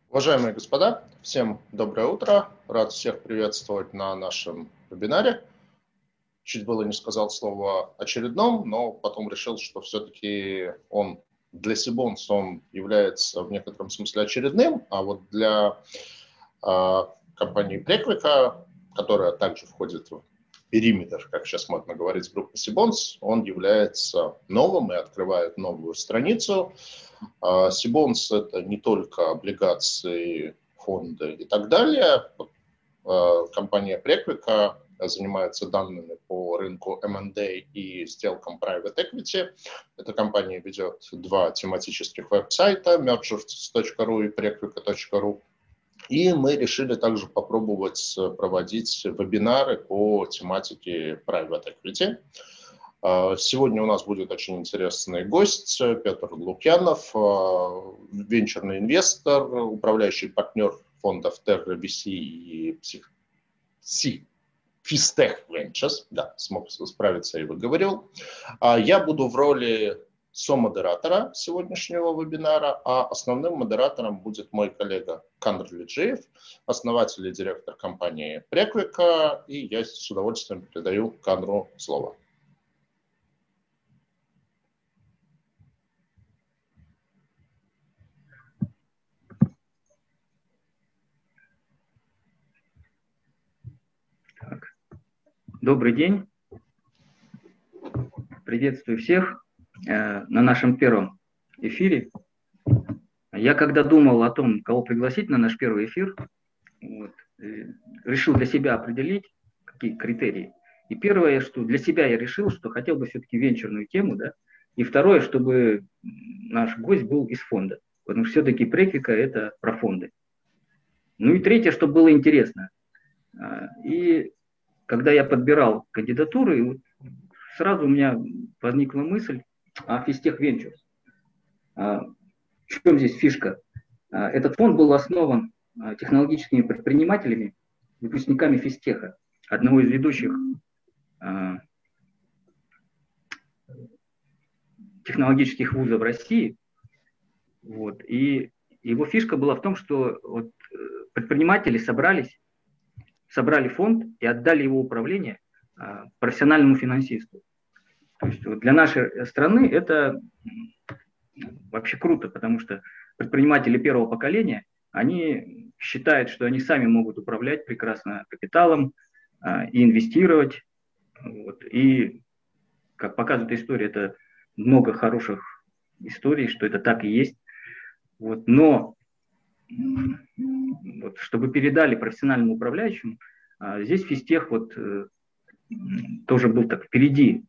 Уважаемые господа, всем доброе утро. Рад всех приветствовать на нашем вебинаре. Чуть было не сказал слово очередном, но потом решил, что все-таки он для Сибонс он является в некотором смысле очередным, а вот для компании Prequica, которая также входит в периметр, как сейчас модно говорить, группы Сибонс, он является новым и открывает новую страницу. Сибонс – это не только облигации, фонды и так далее. Компания Prequica занимается данными по рынку M&A и сделкам Private Equity. Эта компания ведет два тематических веб-сайта mergers.ru и prequica.ru. И мы решили также попробовать проводить вебинары по тематике Private Equity. Сегодня у нас будет очень интересный гость Петр Лукьянов, венчурный инвестор, управляющий партнер фондов Terra VC и Fistech Ventures. Да, смог справиться и выговорил. Я буду в роли со-модератора сегодняшнего вебинара, а основным модератором будет мой коллега Кандр Лиджиев, основатель и директор компании Prequica, и я с удовольствием передаю Кандру слово. Добрый день. Приветствую всех на нашем первом эфире. Я когда думал о том, кого пригласить на наш первый эфир, решил для себя определить, какие критерии. И первое, что для себя я решил, что хотел бы все-таки венчурную тему, да. И второе, чтобы наш гость был из фонда, потому что все-таки Prequica – это про фонды. Ну и третье, чтобы было интересно. И когда я подбирал кандидатуры, сразу у меня возникла мысль о Fistech Ventures. В чем здесь фишка? Этот фонд был основан технологическими предпринимателями, выпускниками Фистеха, одного из ведущих технологических вузов России. Вот. И его фишка была в том, что предприниматели собрали фонд и отдали его управление профессиональному финансисту. То есть для нашей страны это вообще круто, потому что предприниматели первого поколения, они считают, что они сами могут управлять прекрасно капиталом и инвестировать. Вот. И, как показывает история, это много хороших историй, что это так и есть. Вот. Но чтобы передали профессиональному управляющему, здесь Фистех тоже был так впереди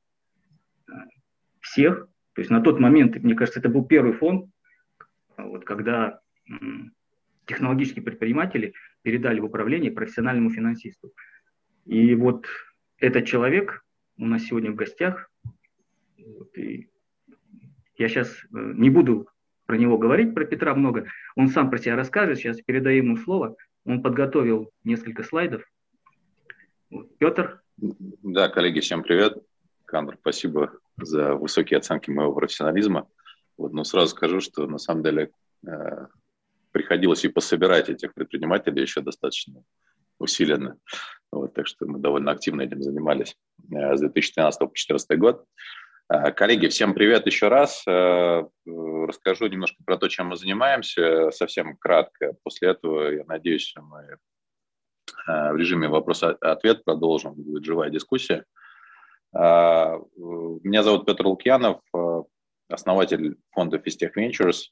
всех. То есть на тот момент, мне кажется, это был первый фонд, когда технологические предприниматели передали в управление профессиональному финансисту. И вот этот человек у нас сегодня в гостях. И я сейчас не буду про него говорить, про Петра много. Он сам про себя расскажет. Сейчас передаю ему слово. Он подготовил несколько слайдов. Петр? Да, коллеги, всем привет. Кандр, спасибо за высокие оценки моего профессионализма. Но сразу скажу, что на самом деле приходилось и пособирать этих предпринимателей еще достаточно усиленно. Так что мы довольно активно этим занимались с 2013 по 2014 год. Коллеги, всем привет еще раз. Расскажу немножко про то, чем мы занимаемся, совсем кратко. После этого, я надеюсь, мы в режиме вопрос-ответ продолжим, будет живая дискуссия. Меня зовут Петр Лукьянов, основатель фонда Fistech Ventures.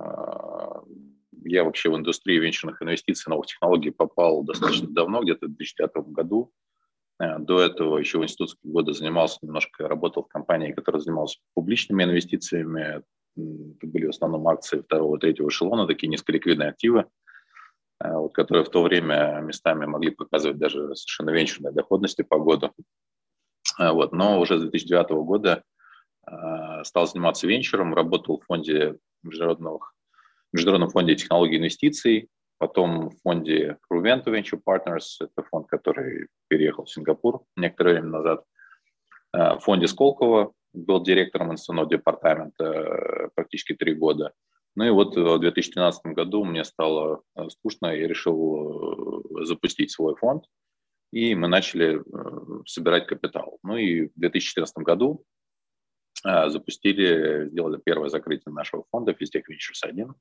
Я вообще в индустрию венчурных инвестиций, новых технологий попал достаточно давно, где-то в 2009 году. До этого еще в институтские годы немножко работал в компании, которая занималась публичными инвестициями. Это были в основном акции второго и третьего эшелона, такие низколиквидные активы, которые в то время местами могли показывать даже совершенно венчурные доходности по году. Но уже с 2009 года стал заниматься венчуром, работал в фонде Международном фонде технологий и инвестиций, потом в фонде Pruvento Venture Partners, это фонд, который переехал в Сингапур некоторое время назад, в фонде Сколково был директором инвестиционного департамента практически 3 года, Ну и вот в 2013 году мне стало скучно, я решил запустить свой фонд, и мы начали собирать капитал. Ну и в 2014 году сделали первое закрытие нашего фонда Fistech Ventures 1.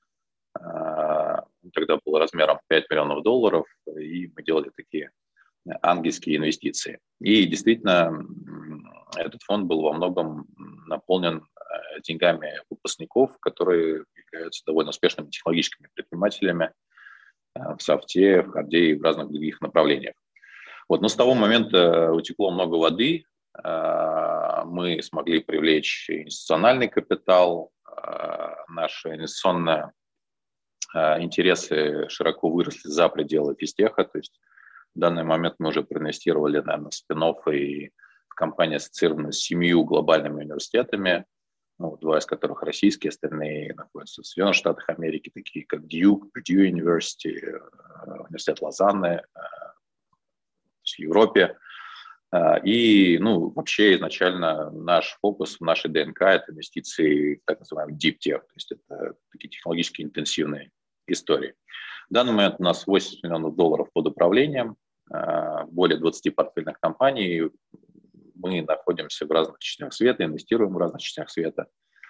Тогда был размером $5 миллионов, и мы делали такие ангельские инвестиции. И действительно, этот фонд был во многом наполнен деньгами выпускников, которые являются довольно успешными технологическими предпринимателями в софте, в харде и в разных других направлениях. Вот. Но с того момента утекло много воды, мы смогли привлечь инвестициональный капитал, наши инвестиционные интересы широко выросли за пределы физтеха, то есть в данный момент мы уже проинвестировали, наверное, в спин-офф и в компании, ассоциированные с 7 глобальными университетами, ну, 2 из которых российские, остальные находятся в Соединенных Штатах Америки, такие как Duke, Purdue University, университет Лозанны, в Европе. И, ну, вообще изначально наш фокус, нашей ДНК – это инвестиции в так называемый deep tech, то есть это такие технологически интенсивные истории. В данный момент у нас $80 миллионов под управлением, более 20 портфельных компаний. Мы находимся в разных частях света, инвестируем в разных частях света.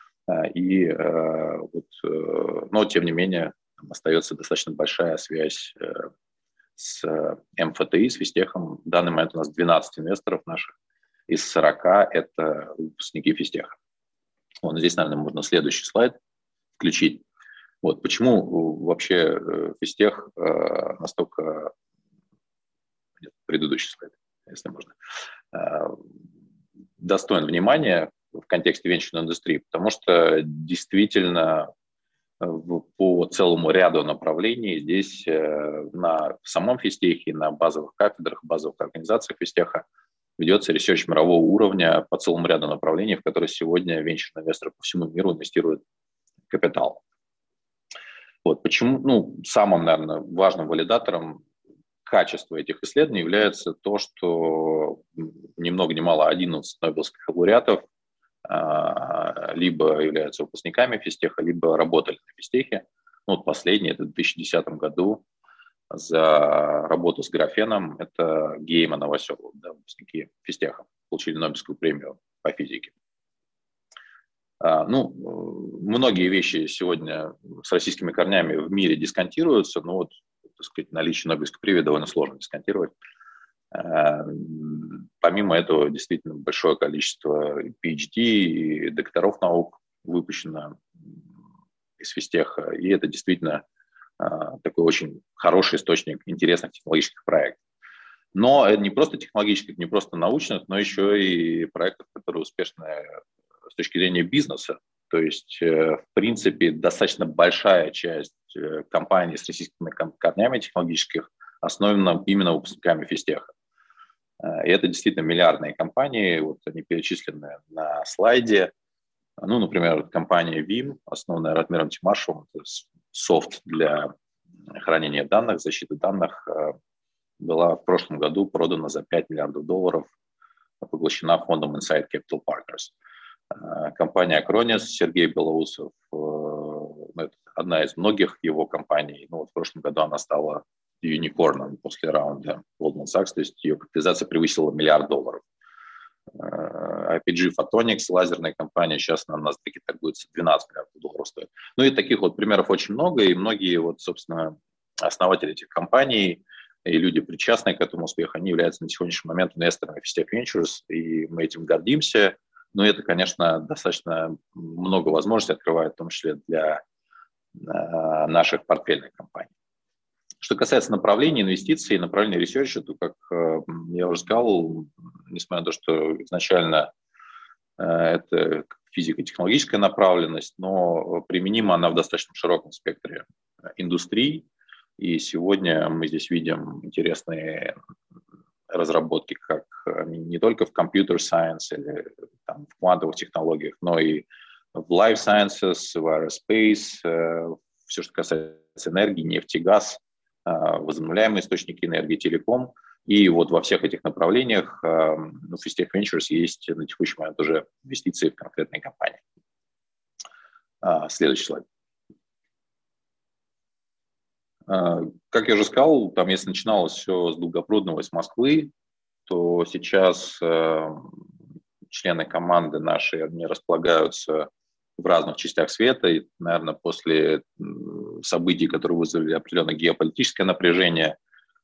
Но, тем не менее, остается достаточно большая связь с МФТИ, с Физтехом. В данный момент у нас 12 инвесторов наших, из 40 это выпускники Физтеха. Вот здесь, наверное, можно следующий слайд включить. Вот почему вообще Физтех настолько... Нет, предыдущий слайд, если можно. Достоин внимания в контексте венчурной индустрии, потому что действительно по целому ряду направлений здесь в самом Физтехе, на базовых кафедрах, базовых организациях Физтеха ведется ресерч мирового уровня по целому ряду направлений, в которые сегодня венчурные инвесторы по всему миру инвестируют капитал. Вот почему, ну, самым, наверное, важным валидатором качества этих исследований является то, что ни много ни мало 11 нобелевских лауреатов либо являются выпускниками Физтеха, либо работали на Физтехе. Ну, вот последний, это в 2010 году за работу с графеном, это Гейм и Новоселов, да, выпускники Физтеха, получили Нобелевскую премию по физике. Многие вещи сегодня с российскими корнями в мире дисконтируются, но вот, так сказать, наличие Нобелевской премии довольно сложно дисконтировать. Помимо этого, действительно большое количество PhD и докторов наук выпущено из Физтеха, и это действительно такой очень хороший источник интересных технологических проектов. Но это не просто технологических, не просто научных, но еще и проектов, которые успешны с точки зрения бизнеса. То есть, в принципе, достаточно большая часть компаний с российскими корнями технологических основана именно выпускниками Физтеха. И это действительно миллиардные компании, вот они перечислены на слайде. Ну, например, компания Vim, основанная Ратмиром Тимашевым, это софт для хранения данных, защиты данных, была в прошлом году продана за $5 миллиардов, поглощена фондом Insight Capital Partners. Компания Acronis, Сергей Белоусов, это одна из многих его компаний. Ну, вот в прошлом году она стала юникорном после раунда Goldman Sachs, то есть ее капитализация превысила $1 миллиард. IPG Photonics, лазерная компания, сейчас на NASDAQ торгуется $12 миллиардов стоит. Ну и таких вот примеров очень много, и многие вот, собственно, основатели этих компаний и люди, причастные к этому успеху, они являются на сегодняшний момент инвесторами Fistech Ventures, и мы этим гордимся. Но это, конечно, достаточно много возможностей открывает, в том числе для наших портфельных компаний. Что касается направлений инвестиций, направлений ресерча, то, как я уже сказал, несмотря на то, что изначально это физико-технологическая направленность, но применима она в достаточно широком спектре индустрий. И сегодня мы здесь видим интересные разработки как не только в computer science или там, в квантовых технологиях, но и в life sciences, в aerospace, все, что касается энергии, нефти, газ, возобновляемые источники энергии, телеком. И вот во всех этих направлениях в Fistech Ventures есть на текущий момент уже инвестиции в конкретные компании. Следующий слайд. Как я уже сказал, там, если начиналось все с Долгопрудного и с Москвы, то сейчас члены команды нашей, они располагаются в разных частях света. И, наверное, после событий, которые вызвали определенное геополитическое напряжение,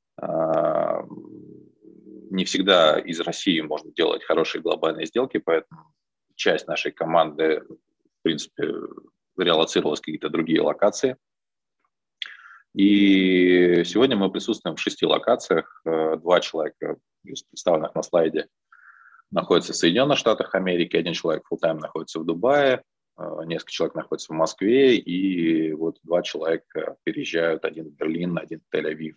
не всегда из России можно делать хорошие глобальные сделки, поэтому часть нашей команды, в принципе, релоцировалась в какие-то другие локации. И сегодня мы присутствуем в 6 локациях. 2 человека, представленных на слайде, находятся в Соединенных Штатах Америки, 1 человек full-time находится в Дубае, несколько человек находится в Москве, и вот 2 человека переезжают, 1 в Берлин, 1 в Тель-Авив,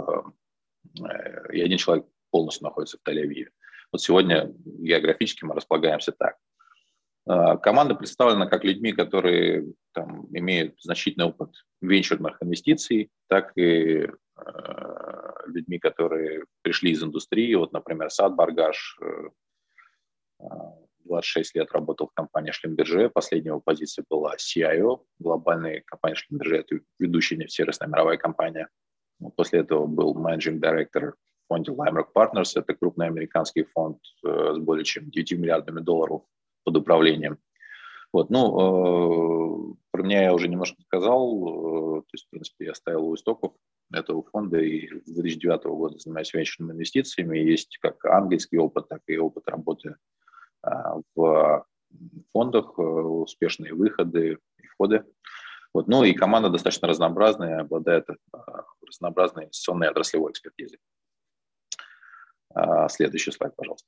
и 1 человек полностью находится в Тель-Авиве. Вот сегодня географически мы располагаемся так. Команда представлена как людьми, которые там имеют значительный опыт венчурных инвестиций, так и людьми, которые пришли из индустрии. Вот, например, Сад Баргаш 26 лет работал в компании Шлюмберже. Последняя его позиция была CIO глобальной компании Шлюмберже. Это ведущая нефтесервисная мировая компания. После этого был managing director в фонде Limerock Partners. Это крупный американский фонд с более чем 9 миллиардами долларов под управлением. Вот, ну, про меня я уже немножко сказал. То есть, в принципе, я стоял у истоков этого фонда и с 2009 года занимаюсь венчурными инвестициями. Есть как ангельский опыт, так и опыт работы в фондах, успешные выходы и входы. Вот, ну и команда достаточно разнообразная, обладает разнообразной инвестиционной отраслевой экспертизой. Следующий слайд, пожалуйста.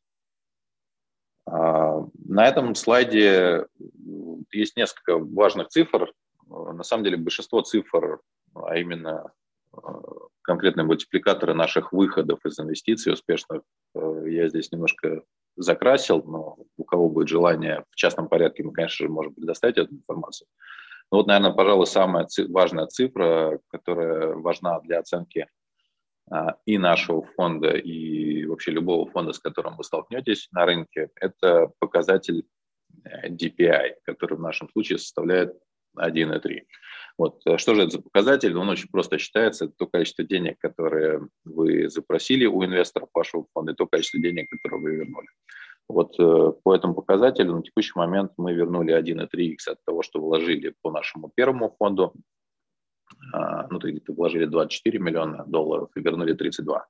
На этом слайде есть несколько важных цифр. На самом деле большинство цифр, а именно конкретные мультипликаторы наших выходов из инвестиций успешных, я здесь немножко закрасил, но у кого будет желание в частном порядке, мы, конечно же, можем предоставить эту информацию. Но вот, наверное, пожалуй, самая важная цифра, которая важна для оценки и нашего фонда, и вообще любого фонда, с которым вы столкнетесь на рынке, это показатель DPI, который в нашем случае составляет 1,3. Вот. Что же это за показатель? Он очень просто считается. Это то количество денег, которые вы запросили у инвесторов вашего фонда, и то количество денег, которые вы вернули. Вот по этому показателю на текущий момент мы вернули 1,3x от того, что вложили по нашему первому фонду. Ну, то есть вложили 24 миллиона долларов и вернули 32.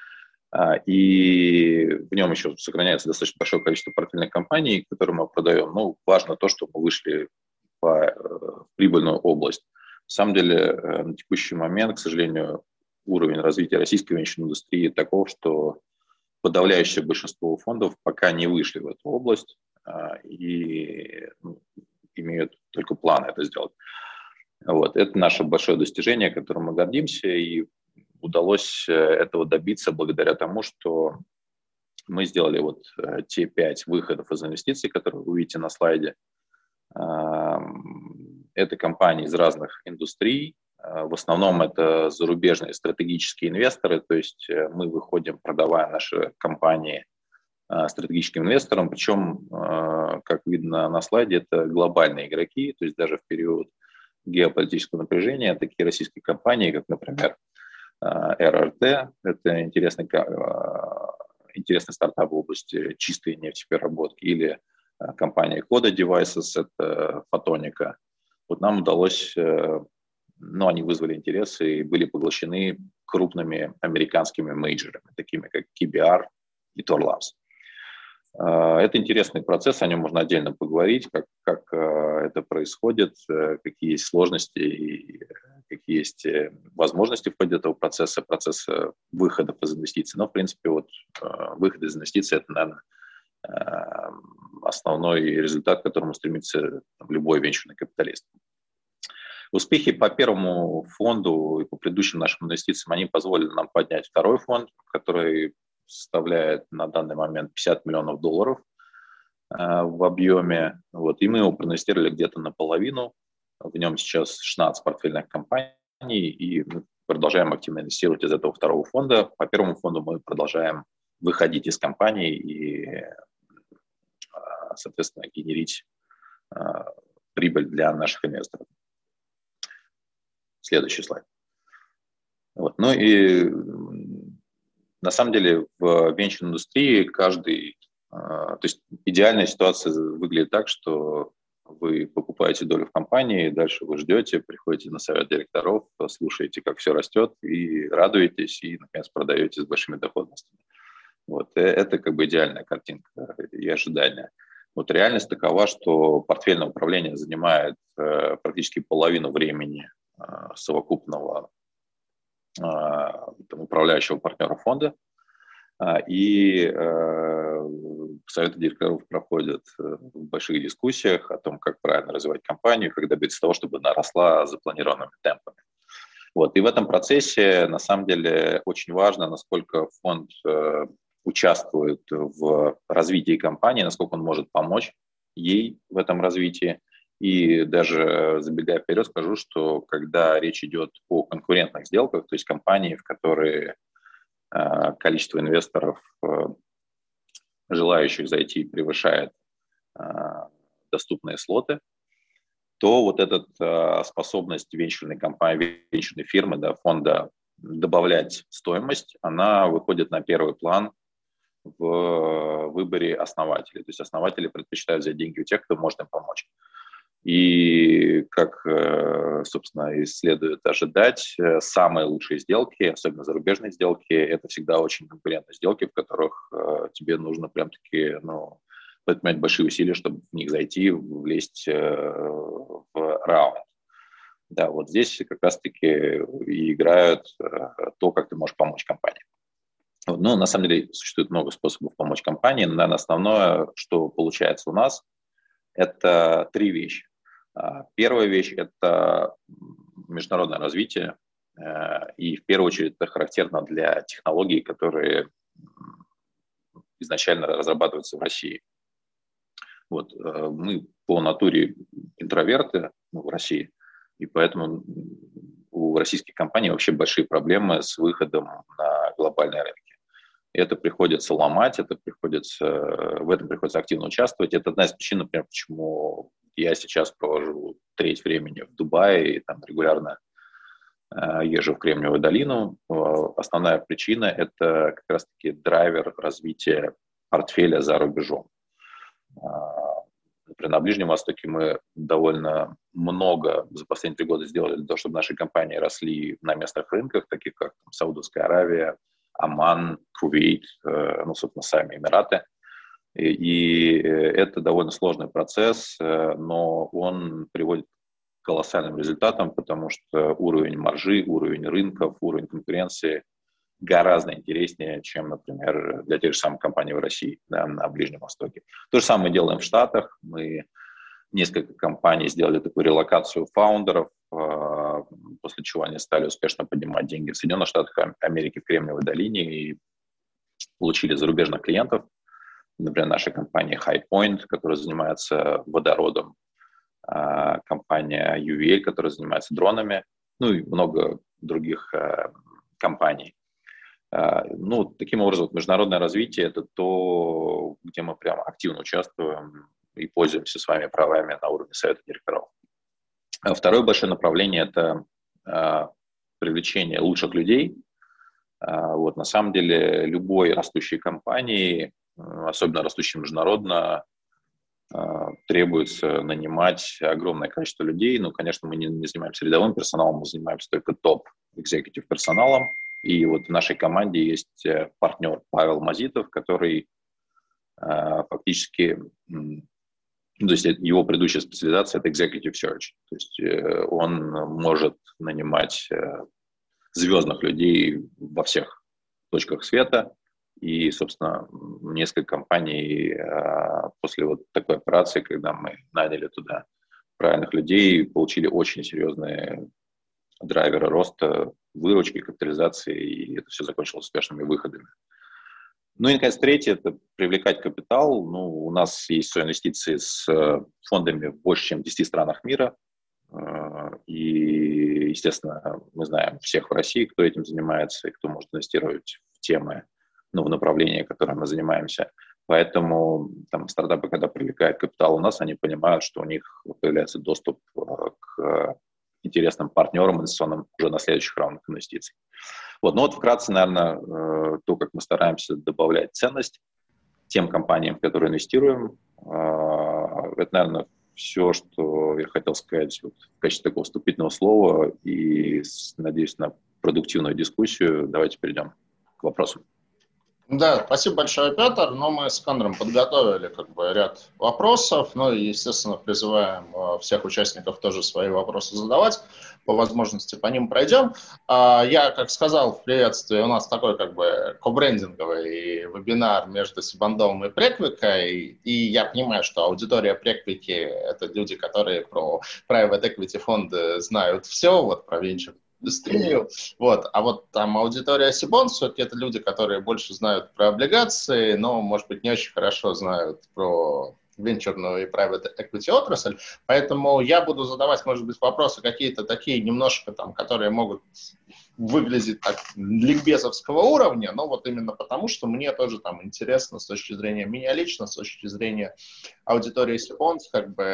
И в нем еще сохраняется достаточно большое количество портфельных компаний, которые мы продаем. Ну, важно то, что мы вышли в прибыльную область. На самом деле, на текущий момент, к сожалению, уровень развития российской венчурной индустрии таков, что подавляющее большинство фондов пока не вышли в эту область и имеют только планы это сделать. Вот. Это наше большое достижение, которым мы гордимся, и удалось этого добиться благодаря тому, что мы сделали вот те 5 выходов из инвестиций, которые вы видите на слайде. Это компании из разных индустрий. В основном это зарубежные стратегические инвесторы, то есть мы выходим, продавая наши компании стратегическим инвесторам, причем, как видно на слайде, это глобальные игроки, то есть даже в период геополитического напряжения такие российские компании, как, например, РРТ, это интересный стартап в области чистой нефтепереработки, или компания Coda Devices, это фотоника. Вот нам удалось, ну, они вызвали интерес и были поглощены крупными американскими мейджорами, такими как KBR и Tor Labs. Это интересный процесс, о нем можно отдельно поговорить, как это происходит, какие есть сложности и какие есть возможности в ходе этого процесса выхода из инвестиций. Но, в принципе, вот выход из инвестиций – это, наверное, основной результат, к которому стремится любой венчурный капиталист. Успехи по первому фонду и по предыдущим нашим инвестициям, они позволили нам поднять второй фонд, который составляет на данный момент 50 миллионов долларов в объеме. Вот, и мы его проинвестировали где-то наполовину. В нем сейчас 16 портфельных компаний, и мы продолжаем активно инвестировать из этого второго фонда. По первому фонду мы продолжаем выходить из компаний и, соответственно, генерить прибыль для наших инвесторов. Следующий слайд. Вот. Ну и на самом деле в венчурной индустрии то есть идеальная ситуация выглядит так, что вы покупаете долю в компании, дальше вы ждете, приходите на совет директоров, слушаете, как все растет, и радуетесь, и, наконец, продаете с большими доходностями. Вот. Это как бы идеальная картинка и ожидание. Вот реальность такова, что портфельное управление занимает практически половину времени совокупного управляющего партнера фонда, и советы директоров проходят в больших дискуссиях о том, как правильно развивать компанию, как добиться того, чтобы она росла запланированными темпами. Вот. И в этом процессе, на самом деле, очень важно, насколько фонд участвует в развитии компании, насколько он может помочь ей в этом развитии. И даже забегая вперед, скажу, что когда речь идет о конкурентных сделках, то есть компании, в которые количество инвесторов, желающих зайти, превышает доступные слоты, то вот эта способность венчурной компании, венчурной фирмы, да, фонда добавлять стоимость, она выходит на первый план в выборе основателей. То есть основатели предпочитают взять деньги у тех, кто может им помочь. И, как, собственно, и следует ожидать, самые лучшие сделки, особенно зарубежные сделки, это всегда очень конкурентные сделки, в которых тебе нужно прям-таки предпринять большие усилия, чтобы в них зайти, влезть в раунд. Да, вот здесь как раз-таки и играют то, как ты можешь помочь компании. Ну, на самом деле, существует много способов помочь компании, но, наверное, основное, что получается у нас, это три вещи. Первая вещь – это международное развитие, и в первую очередь это характерно для технологий, которые изначально разрабатываются в России. Вот. Мы по натуре интроверты в России, и поэтому у российских компаний вообще большие проблемы с выходом на глобальные рынки. Это приходится ломать, в этом приходится активно участвовать. Это одна из причин, например, почему я сейчас провожу треть времени в Дубае и там регулярно езжу в Кремниевую долину. Основная причина – это как раз-таки драйвер развития портфеля за рубежом. Например, на Ближнем Востоке мы довольно много за последние 3 года сделали для того, чтобы наши компании росли на местных рынках, таких как Саудовская Аравия, Оман, Кувейт, собственно, сами Эмираты. И это довольно сложный процесс, но он приводит к колоссальным результатам, потому что уровень маржи, уровень рынков, уровень конкуренции гораздо интереснее, чем, например, для тех же самых компаний в России, да, на Ближнем Востоке. То же самое мы делаем в Штатах. Мы несколько компаний сделали такую релокацию фаундеров, после чего они стали успешно поднимать деньги в Соединенных Штатах Америки, в Кремниевой долине, и получили зарубежных клиентов. Например, наша компания HighPoint, которая занимается водородом, компания UVL, которая занимается дронами, и много других компаний. Таким образом, международное развитие – это то, где мы прямо активно участвуем и пользуемся своими правами на уровне совета директоров. Второе большое направление – это привлечение лучших людей. На самом деле, любой растущей компании, особенно растущей международно, требуется нанимать огромное количество людей. Конечно, мы не занимаемся рядовым персоналом, мы занимаемся только топ-экзекутив персоналом. И в нашей команде есть партнер Павел Мазитов, который фактически, то есть его предыдущая специализация – это executive search. То есть он может нанимать звездных людей во всех точках света. И, собственно, несколько компаний после такой операции, когда мы наняли туда правильных людей, получили очень серьезные драйверы роста, выручки, капитализации, и это все закончилось успешными выходами. И, наконец, третье – это привлекать капитал. У нас есть соинвестиции с фондами в больше, чем в 10 странах мира. И, естественно, мы знаем всех в России, кто этим занимается и кто может инвестировать в темы, в направлении, которым мы занимаемся. Поэтому стартапы, когда привлекают капитал у нас, они понимают, что у них появляется доступ к интересным партнером инвестиционным уже на следующих раундах инвестиций. Вот. Ну вот вкратце, наверное, то, как мы стараемся добавлять ценность тем компаниям, в которые инвестируем. Это, наверное, все, что я хотел сказать вот в качестве такого вступительного слова. И надеюсь на продуктивную дискуссию. Давайте перейдем к вопросам. Да, спасибо большое, Петр. Но мы с Конором подготовили ряд вопросов. Ну и, естественно, призываем всех участников тоже свои вопросы задавать. По возможности по ним пройдем. Я, как сказал в приветствии, у нас такой кобрендинговый вебинар между Сибандовым и Преквикой. И я понимаю, что аудитория Преквики – это люди, которые про private equity фонды знают все, вот про венчур индустрию. Вот. А вот там аудитория Сибонс, все-таки это люди, которые больше знают про облигации, но, может быть, не очень хорошо знают про венчурную и private equity отрасль. Поэтому я буду задавать, может быть, вопросы какие-то такие немножко там, которые могут выглядеть так ликбезовского уровня, но вот именно потому, что мне тоже там интересно с точки зрения меня лично, с точки зрения аудитории Сибонс,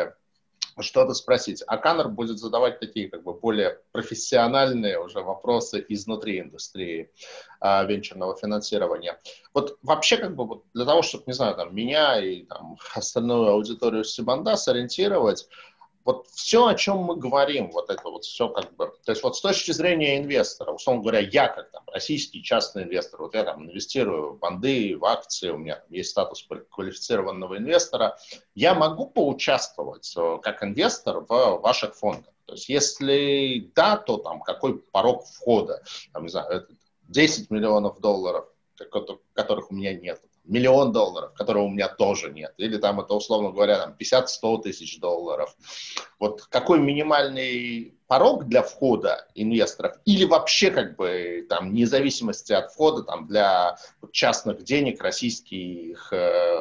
что-то спросить. А Конор будет задавать такие более профессиональные уже вопросы изнутри индустрии венчурного финансирования. Вот вообще для того, чтобы, не знаю, меня и остальную аудиторию Сибанда сориентировать, вот все, о чем мы говорим, вот это вот все то есть вот с точки зрения инвестора, условно говоря, я как российский частный инвестор, вот я инвестирую в банды, в акции, у меня есть статус квалифицированного инвестора, я могу поучаствовать как инвестор в ваших фондах? То есть если да, то какой порог входа? Не знаю, 10 миллионов долларов, которых у меня нет. $1 миллион, которого у меня тоже нет. Или это, условно говоря, 50-100 тысяч долларов. Вот какой минимальный порог для входа инвесторов? Или вообще, вне зависимости от входа, для частных денег российских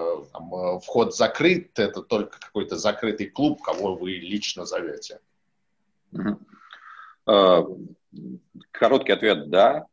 вход закрыт, это только какой-то закрытый клуб, кого вы лично зовете? Короткий ответ – да.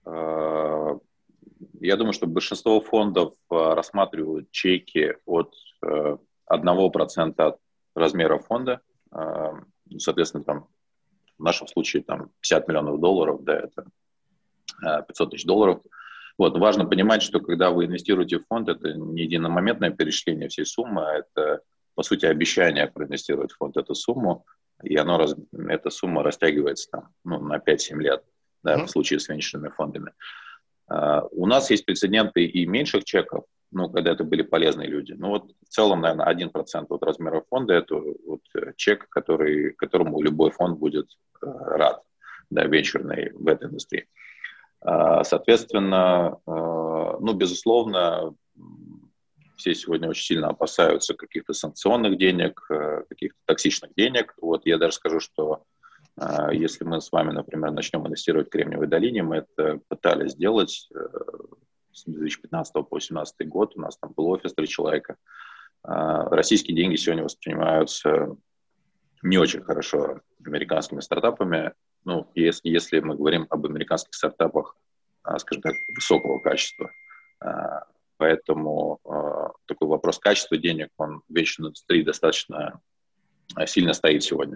Я думаю, что большинство фондов рассматривают чеки от 1% от размера фонда. Соответственно, в нашем случае 50 миллионов долларов, да, это 500 тысяч долларов. Вот. Важно понимать, что когда вы инвестируете в фонд, это не единомоментное перечисление всей суммы, а это, по сути, обещание проинвестировать в фонд эту сумму, и эта сумма растягивается на 5-7 лет, да, в случае с венчурными фондами. У нас есть прецеденты и меньших чеков, когда это были полезные люди. В целом, наверное, 1% от размера фонда – это чек, которому любой фонд будет рад, да, венчурный в этой индустрии. Соответственно, безусловно, все сегодня очень сильно опасаются каких-то санкционных денег, каких-то токсичных денег. Я даже скажу, что если мы с вами, например, начнем инвестировать в Кремниевой долине, мы это пытались сделать с 2015 по 2018 год, у нас там был офис 3 человека. Российские деньги сегодня воспринимаются не очень хорошо американскими стартапами. Если мы говорим об американских стартапах, скажем так, высокого качества. Поэтому такой вопрос качества денег, он в венчурной индустрии достаточно сильно стоит сегодня.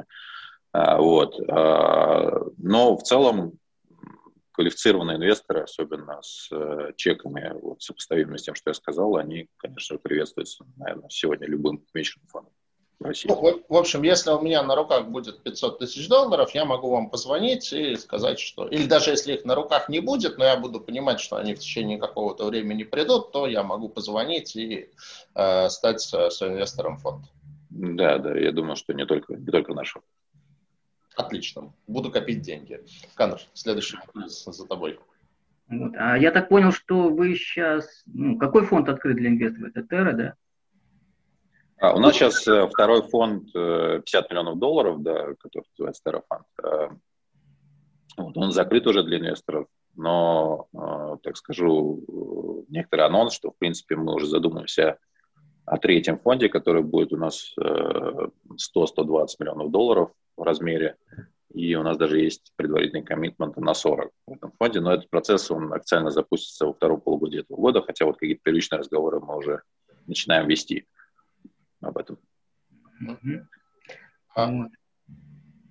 Но в целом квалифицированные инвесторы, особенно с чеками, сопоставимыми с тем, что я сказал, они, конечно, приветствуются, наверное, сегодня любым венчурным фондом в России. В общем, если у меня на руках будет 500 тысяч долларов, я могу вам позвонить и сказать, что... Или даже если их на руках не будет, но я буду понимать, что они в течение какого-то времени придут, то я могу позвонить и стать соинвестором фонда. Да, я думаю, что не только нашего. Отлично. Буду копить деньги. Конор, следующий вопрос за тобой. А я так понял, что вы сейчас... какой фонд открыт для инвесторов? Это Terra, да? У нас сейчас второй фонд 50 миллионов долларов, да, который называется Terra Fund. Он закрыт уже для инвесторов, но, так скажу, некоторый анонс, что, в принципе, мы уже задумываемся о третьем фонде, который будет у нас 100-120 миллионов долларов в размере, и у нас даже есть предварительный коммитмент на 40 в этом фонде, но этот процесс, он официально запустится во втором полугодии этого года, хотя какие-то первичные разговоры мы уже начинаем вести об этом.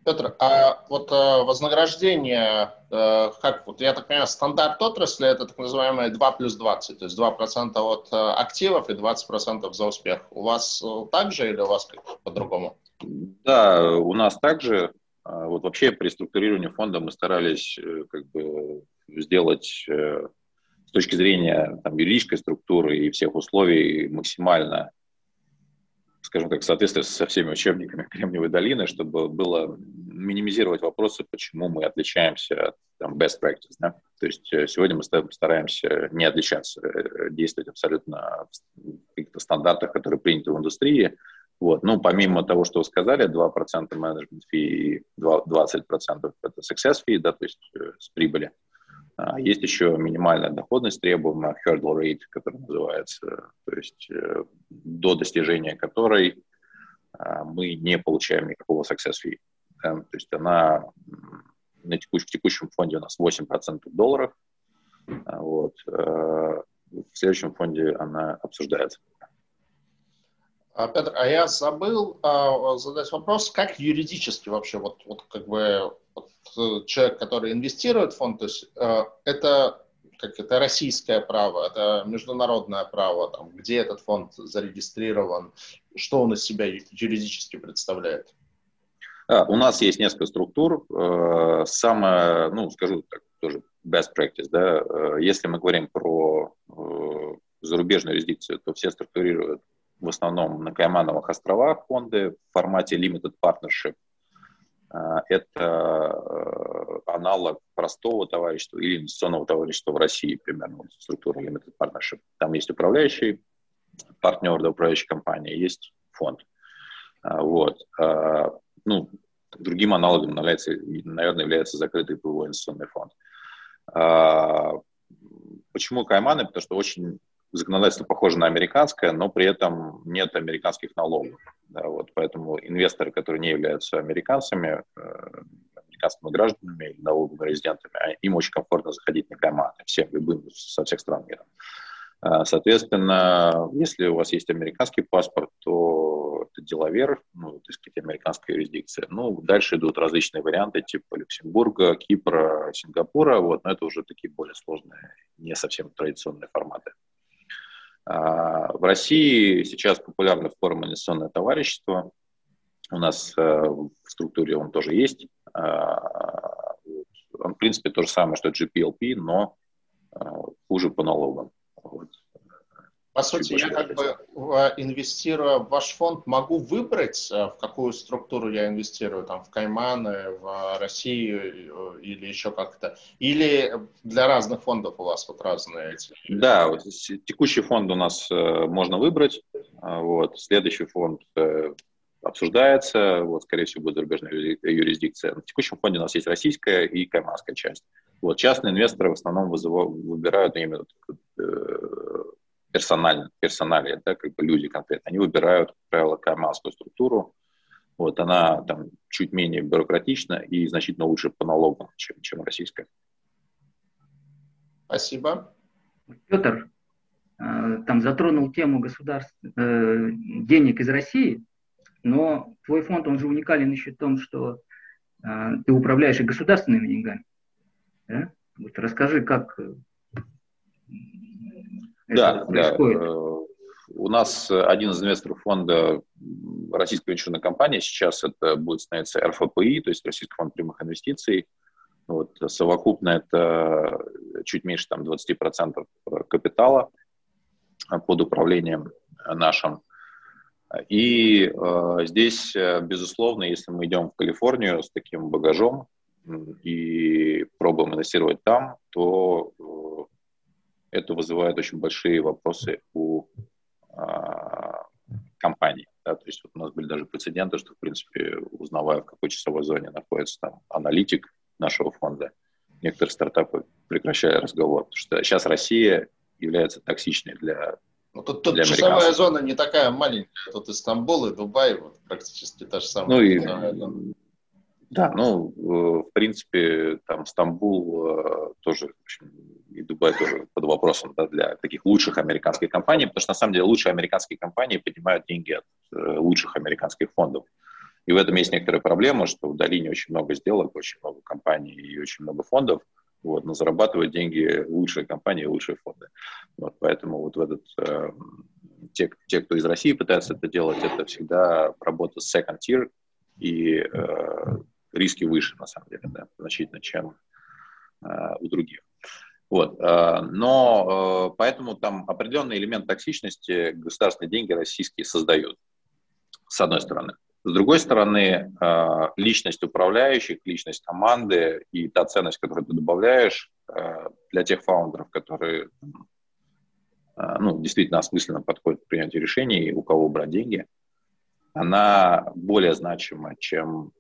Петр, а вот вознаграждение, как вот, я так понимаю, стандарт отрасли это так называемое 2+20, то есть 2% от активов и 20% за успех. У вас так же или у вас как по-другому? Да, у нас также. Вот вообще при структурировании фонда мы старались как бы сделать с точки зрения там, юридической структуры и всех условий максимально, скажем так, соответствие со всеми учебниками Кремниевой долины, чтобы было минимизировать вопросы, почему мы отличаемся от там, best practice. Да? То есть сегодня мы стараемся не отличаться, действовать абсолютно в каких-то стандартах, которые приняты в индустрии. Вот. Ну, помимо того, что вы сказали, 2% management fee и 20% это success fee, да, то есть с прибыли. Есть еще минимальная доходность требуемая, hurdle rate, который называется, то есть до достижения которой мы не получаем никакого success fee. Да? То есть она в текущем фонде у нас 8% долларов, вот. В следующем фонде она обсуждается. Петр, а я забыл задать вопрос, как юридически вообще вот как бы вот человек, который инвестирует в фонд, то есть это российское право, это международное право, там, где этот фонд зарегистрирован, что он из себя юридически представляет? У нас есть несколько структур. Самое, ну, скажу так, тоже best practice, да, если мы говорим про зарубежную юрисдикцию, то все структурируют в основном на Каймановых островах фонды в формате limited partnership. Это аналог простого товарищества или инвестиционного товарищества в России, примерно, структура limited partnership. Там есть управляющий партнер, да, управляющая компания, есть фонд. Вот. Ну, другим аналогом, наверное, является закрытый ПВО инвестиционный фонд. Почему Кайманы? Потому что очень законодательство похоже на американское, но при этом нет американских налогов. Да, вот, поэтому инвесторы, которые не являются американцами, американскими гражданами или налоговыми резидентами, им очень комфортно заходить на Кайманы, всем любым со всех стран мира. Соответственно, если у вас есть американский паспорт, то это делавер, ну, так сказать, американская юрисдикция. Ну, дальше идут различные варианты типа Люксембурга, Кипра, Сингапура, вот, но это уже такие более сложные, не совсем традиционные форматы. В России сейчас популярна форма инвестиционное товарищество. У нас в структуре он тоже есть. Он, в принципе, то же самое, что GPLP, но хуже по налогам. Вот. По сути, я как бы, инвестируя в ваш фонд, могу выбрать, в какую структуру я инвестирую, там, в Кайманы, в Россию или еще как-то? Или для разных фондов у вас вот разные эти? Да, вот, текущий фонд у нас можно выбрать, вот, следующий фонд обсуждается, вот, скорее всего, будет зарубежная юрисдикция. В текущем фонде у нас есть российская и кайманская часть. Вот, частные инвесторы в основном выбирают именно персонали, да, как бы люди конкретно. Они выбирают, как правило, кайманскую структуру. Вот, она там чуть менее бюрократична и значительно лучше по налогам, чем российская. Спасибо. Петр там затронул тему денег из России, но твой фонд, он же уникален еще в том, что ты управляешь и государственными деньгами. Да? Вот расскажи, как это происходит. Да. У нас один из инвесторов фонда российской венчурной компании, сейчас это будет становиться РФПИ, то есть Российский фонд прямых инвестиций. Вот, совокупно это чуть меньше там, 20% капитала под управлением нашим. И здесь, безусловно, если мы идем в Калифорнию с таким багажом и пробуем инвестировать там, то это вызывает очень большие вопросы у компаний. Да? То есть вот у нас были даже прецеденты, что, в принципе, узнавая, в какой часовой зоне находится там аналитик нашего фонда, некоторые стартапы прекращали разговор, потому что сейчас Россия является токсичной для Тут часовая зона не такая маленькая. Тут и Стамбул, и Дубай, вот, практически та же самая. Да, в принципе, там Стамбул тоже, в общем, и Дубай тоже под вопросом, да, для таких лучших американских компаний, потому что, на самом деле, лучшие американские компании поднимают деньги от лучших американских фондов. И в этом есть некоторая проблема, что в долине очень много сделок, очень много компаний и очень много фондов, вот, но зарабатывают деньги лучшие компании, лучшие фонды. Вот, поэтому вот в этот, те, кто из России пытается это делать, это всегда работа с second tier, и риски выше, на самом деле, да, значительно, чем у других. Вот. Но поэтому там определенный элемент токсичности государственные деньги российские создают, с одной стороны. С другой стороны, личность управляющих, личность команды и та ценность, которую ты добавляешь для тех фаундеров, которые действительно осмысленно подходят к принятию решений, у кого брать деньги, она более значима, чем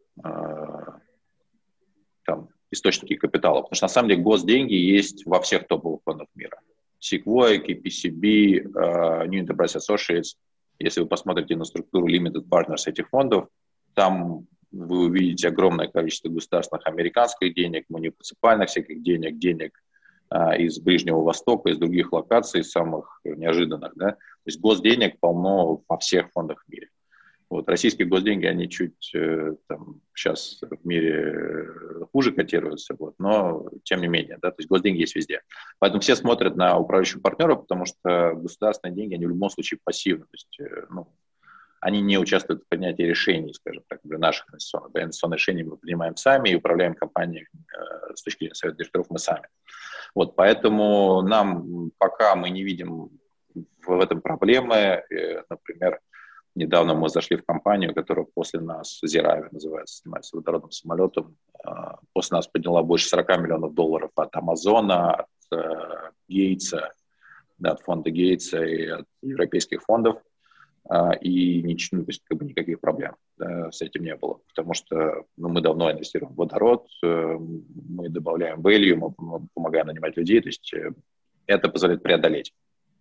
источники капитала. Потому что на самом деле госденьги есть во всех топовых фондах мира. Sequoia, KPCB, New Enterprise Associates. Если вы посмотрите на структуру Limited Partners этих фондов, там вы увидите огромное количество государственных американских денег, муниципальных всяких денег из Ближнего Востока, из других локаций, самых неожиданных. Да? То есть госденег полно во всех фондах в мире. Вот, российские госденьги, они чуть сейчас в мире хуже котируются, вот, но тем не менее, да, то есть госденьги есть везде. Поэтому все смотрят на управляющих партнеров, потому что государственные деньги, они в любом случае пассивны, то есть они не участвуют в принятии решений, скажем так, для наших инвестиционных. Да, инвестиционные решения мы принимаем сами и управляем компанией с точки зрения совета директоров мы сами. Вот, поэтому пока мы не видим в этом проблемы, например, недавно мы зашли в компанию, которая после нас, Zeravi называется, занимается водородным самолетом, после нас подняла больше $40 миллионов от Амазона, от Гейтса, да, от фонда Гейтса и от европейских фондов, и ничего, то есть, никаких проблем с этим не было, потому что мы давно инвестируем в водород, мы добавляем value, мы помогаем нанимать людей, то есть это позволяет преодолеть.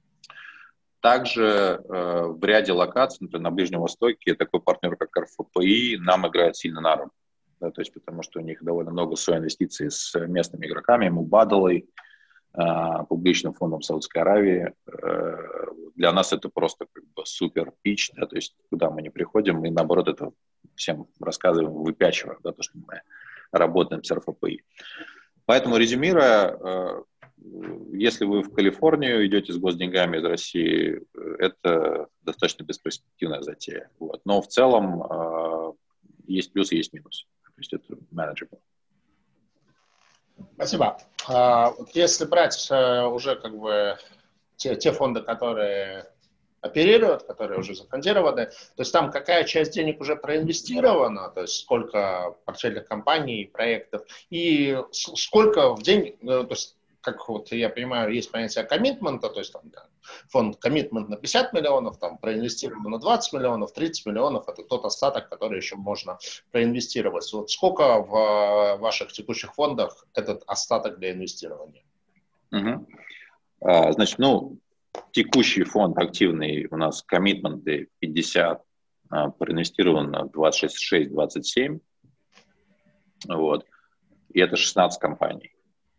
Также в ряде локаций, например, на Ближнем Востоке, такой партнер, как РФПИ, нам играет сильно на руку. Да, то есть, потому что у них довольно много соинвестиций с местными игроками, Мубадалой, публичным фондом Саудовской Аравии. Для нас это просто как бы супер пич, да, то есть куда мы не приходим, мы наоборот это всем рассказываем, выпячиваем, да, то, что мы работаем с РФПИ. Поэтому, резюмируя, если вы в Калифорнию идете с госденьгами из России, это достаточно бесперспективная затея. Вот. Но в целом есть плюсы, есть минусы. То есть это manageable. Спасибо. Если брать уже как бы те фонды, которые оперируют, которые уже зафондированы, то есть там какая часть денег уже проинвестирована, то есть сколько портфельных компаний, проектов, и сколько в день, то есть как вот я понимаю, есть понятие коммитмента, то есть там фонд коммитмент на 50 миллионов, там проинвестировано 20 миллионов, 30 миллионов, это тот остаток, который еще можно проинвестировать. Вот сколько в ваших текущих фондах этот остаток для инвестирования? Угу. Значит, текущий фонд активный у нас коммитменты 50, проинвестировано 26-27, вот, и это 16 компаний.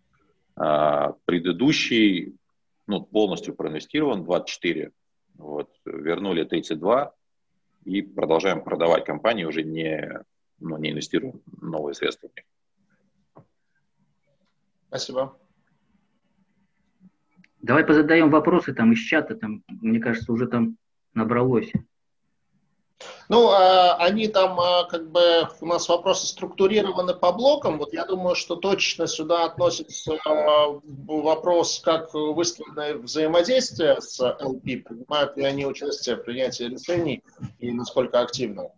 Предыдущий, полностью проинвестирован, 24, вот, вернули 32 и продолжаем продавать компании, уже не инвестируем новые средства. Спасибо. Давай позадаем вопросы там из чата, там, мне кажется, уже там набралось. Они там как бы у нас вопросы структурированы по блокам. Вот я думаю, что точно сюда относится вопрос, как выстроено взаимодействие с LP, принимают ли они участие в принятии решений и насколько активно.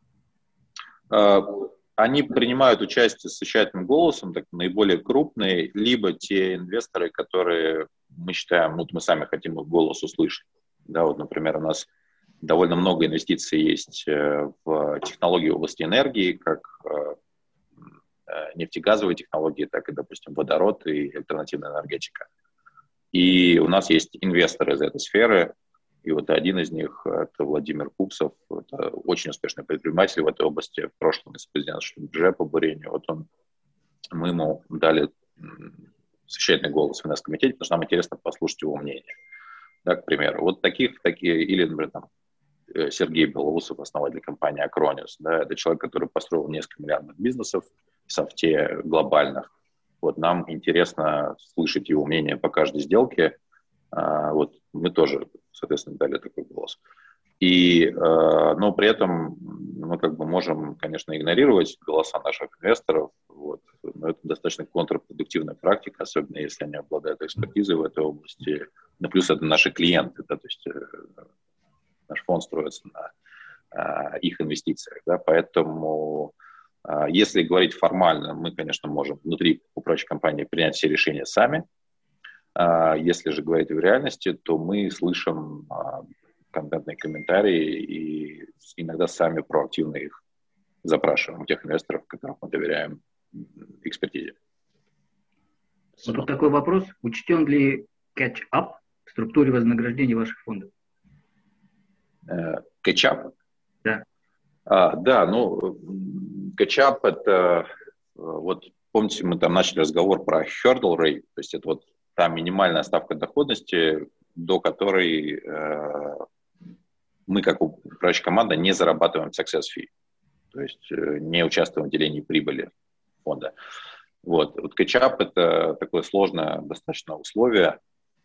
Они принимают участие с совещательным голосом, так, наиболее крупные, либо те инвесторы, которые мы считаем, мы сами хотим их голос услышать. Да, вот, например, у нас довольно много инвестиций есть в технологии в области энергии, как нефтегазовые технологии, так и, допустим, водород и альтернативная энергетика. И у нас есть инвесторы из этой сферы, и вот один из них – это Владимир Куксов, это очень успешный предприниматель в этой области, в прошлом вице-президент ШМЖ по бурению. Вот мы ему дали совещательный голос в инвесткомитете, потому что нам интересно послушать его мнение. Да, к примеру. Вот такие, или, например, там, Сергей Белоусов, основатель компании Acronis. Да, это человек, который построил несколько миллиардных бизнесов в софте глобальных. Вот нам интересно слышать его мнение по каждой сделке. Вот мы тоже, соответственно, дали такой голос. Но при этом мы как бы можем, конечно, игнорировать голоса наших инвесторов. Вот. Но это достаточно контрпродуктивная практика, особенно если они обладают экспертизой в этой области. Ну, плюс это наши клиенты, да, то есть наш фонд строится на их инвестициях. Да, поэтому, если говорить формально, мы, конечно, можем внутри управляющей компании принять все решения сами. Если же говорить в реальности, то мы слышим контентные комментарии и иногда сами проактивно их запрашиваем у тех инвесторов, которым мы доверяем экспертизе. Вот тут такой вопрос. Учтен ли catch-up в структуре вознаграждения ваших фондов? Catch-up? Да. Да, ну, catch-up это, вот помните, мы там начали разговор про hurdle rate, то есть это вот та минимальная ставка доходности, до которой мы, как управляющая команда, не зарабатываем success fee, то есть не участвуем в делении прибыли фонда. Вот catch-up – это такое сложное достаточно условие,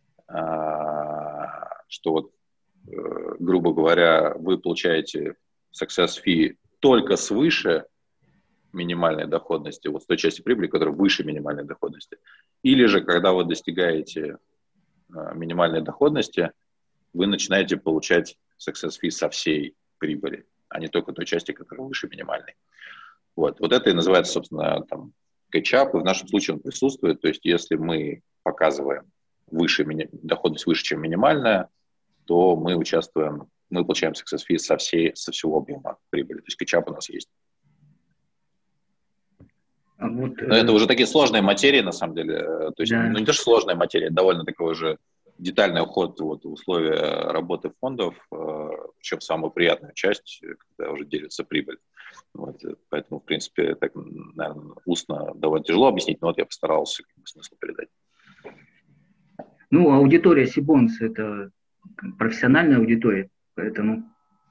что вот, грубо говоря, вы получаете success fee только свыше минимальной доходности, вот с той части прибыли, которая выше минимальной доходности. Или же, когда вы достигаете минимальной доходности, вы начинаете получать success fee со всей прибыли, а не только той части, которая выше минимальной. Вот это и называется, собственно, там, catch-up, и в нашем случае он присутствует. То есть если мы показываем доходность выше, чем минимальная, то мы получаем success fee со всего объема прибыли. То есть catch-up у нас есть. Но это уже такие сложные материи, на самом деле. То есть, да. Не то, что сложная материя, довольно такой уже детальный уход в условия работы фондов, причем самую приятную часть, когда уже делится прибыль. Вот, поэтому, в принципе, так, наверное, устно довольно тяжело объяснить, но вот я постарался смысл передать. Ну, аудитория Сибонс – это профессиональная аудитория, поэтому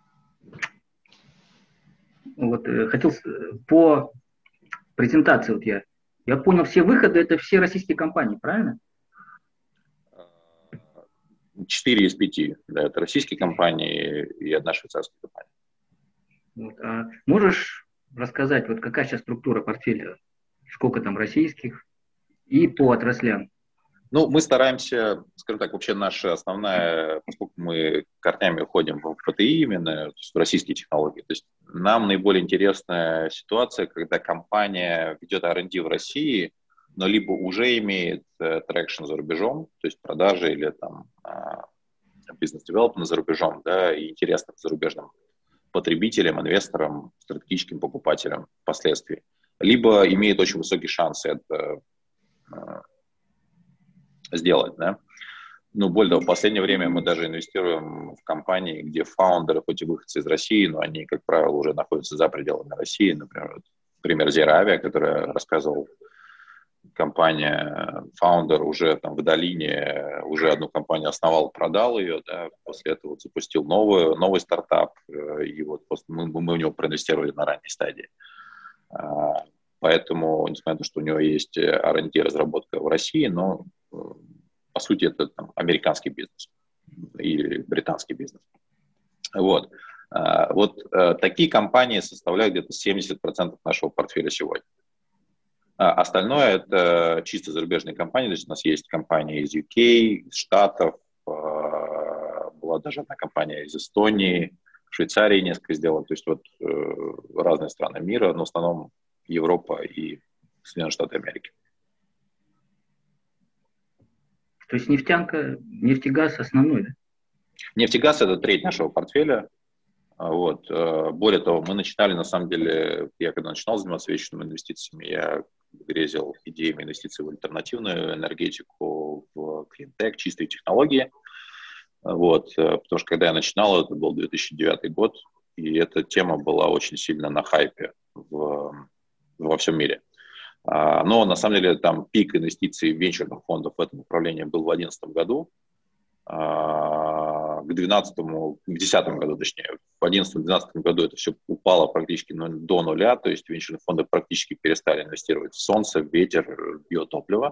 вот хотел по презентации, вот я понял, все выходы – это все российские компании, правильно? 4 из 5, да, это российские компании и 1 швейцарская компания. Вот, можешь рассказать, вот какая сейчас структура портфеля, сколько там российских и по отраслям? Ну, мы стараемся, скажем так, вообще наша основная, поскольку мы корнями уходим в ПТИ именно, то есть в российские технологии, то есть нам наиболее интересная ситуация, когда компания ведет R&D в России, но либо уже имеет трекшн за рубежом, то есть продажи или там бизнес-девелопмент за рубежом, да, и интересно зарубежным потребителям, инвесторам, стратегическим покупателям впоследствии, либо имеет очень высокие шансы это сделать, да. Ну, более того, в последнее время мы даже инвестируем в компании, где фаундеры, хоть и выходцы из России, но они, как правило, уже находятся за пределами России. Например, Zero Avia, который я рассказывал, компания, фаундер уже там в долине уже одну компанию основал, продал ее, да, после этого запустил новый стартап, и вот мы у него проинвестировали на ранней стадии. Поэтому, несмотря на то, что у него есть R&D разработка в России, но по сути это там американский бизнес или британский бизнес. Вот такие компании составляют где-то 70% нашего портфеля сегодня. Остальное это чисто зарубежные компании. То есть у нас есть компании из UK, из Штатов, была даже одна компания из Эстонии, в Швейцарии несколько сделок. То есть разные страны мира, но в основном Европа и Соединенные Штаты Америки. То есть нефтегаз основной, да? Нефтегаз – это треть нашего портфеля. Более того, мы начинали, на самом деле, я когда начинал заниматься венчурными инвестициями, я грезил идеями инвестиций в альтернативную энергетику, в клинтек, чистые технологии. Потому что когда я начинал, это был 2009 год, и эта тема была очень сильно на хайпе во всем мире. Но на самом деле там пик инвестиций венчурных фондов в этом направлении был в 2011 году. к 2010 году, точнее, в 2011-2012 году это все упало практически до нуля, то есть венчурные фонды практически перестали инвестировать в солнце, в ветер, биотопливо.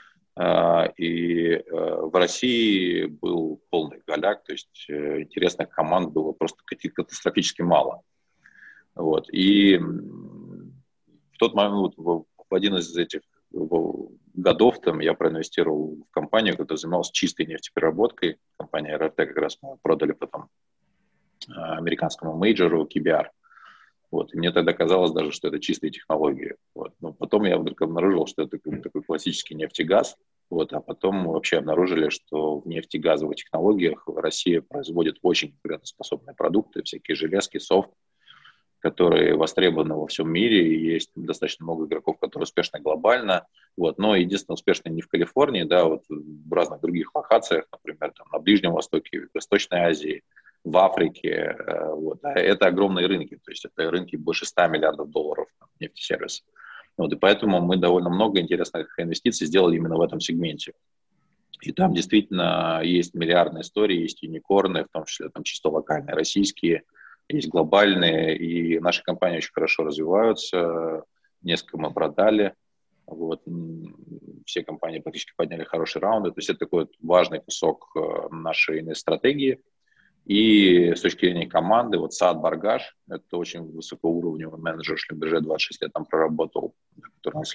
И в России был полный голяк, то есть интересных команд было просто катастрофически мало. Вот. И в тот момент, в один из этих годов я проинвестировал в компанию, которая занималась чистой нефтепереработкой. Компания РРТ как раз мы продали потом американскому мейджору KBR. Вот. И мне тогда казалось даже, что это чистые технологии. Вот. Но потом я вдруг обнаружил, что это такой классический нефтегаз. Вот. А потом мы вообще обнаружили, что в нефтегазовых технологиях Россия производит очень конкурентоспособные продукты, всякие железки, софт, которые востребованы во всем мире, и есть достаточно много игроков, которые успешны глобально. Вот. Но единственное, успешны не в Калифорнии, да, вот в разных других локациях, например, там, на Ближнем Востоке, в Восточной Азии, в Африке. Вот. А это огромные рынки, то есть это рынки больше 100 миллиардов долларов нефтесервиса. Вот. И поэтому мы довольно много интересных инвестиций сделали именно в этом сегменте. И там действительно есть миллиардные истории, есть юникорны, в том числе там чисто локальные, российские, есть глобальные, и наши компании очень хорошо развиваются, несколько мы продали, вот. Все компании практически подняли хорошие раунды, то есть это такой вот важный кусок нашей стратегии. И с точки зрения команды, вот Саад Баргаш, это очень высокоуровневый менеджер Шлюмберже, 26 лет там проработал, который у нас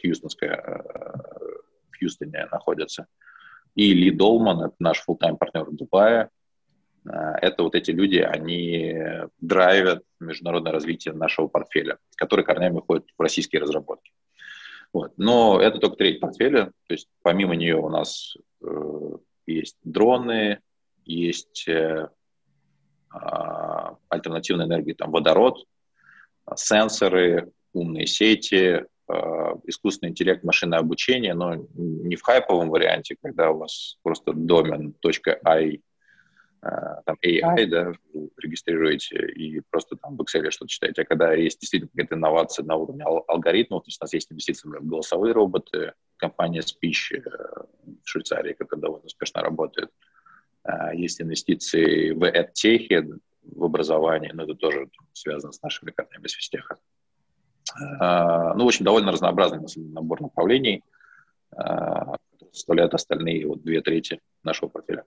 в Хьюстоне находится. И Ли Долман, это наш фулл-тайм партнер в Дубае. Это вот эти люди, они драйвят международное развитие нашего портфеля, который корнями уходит в российские разработки. Вот. Но это только треть портфеля, то есть помимо нее у нас есть дроны, есть альтернативной энергии, там водород, сенсоры, умные сети, искусственный интеллект, машинное обучение, но не в хайповом варианте, когда у вас просто домен .ai, там AI, да, вы регистрируете и просто там в Excel что-то читаете, а когда есть действительно какая-то инновация на уровне алгоритмов, то есть у нас есть инвестиции в голосовые роботы, компания Speech в Швейцарии, которая довольно успешно работает, есть инвестиции в EdTech, в образовании, но это тоже связано с нашими корнями с физтеха. Ну, в общем, довольно разнообразный набор направлений, которые составляют остальные вот 2/3 нашего портфеля.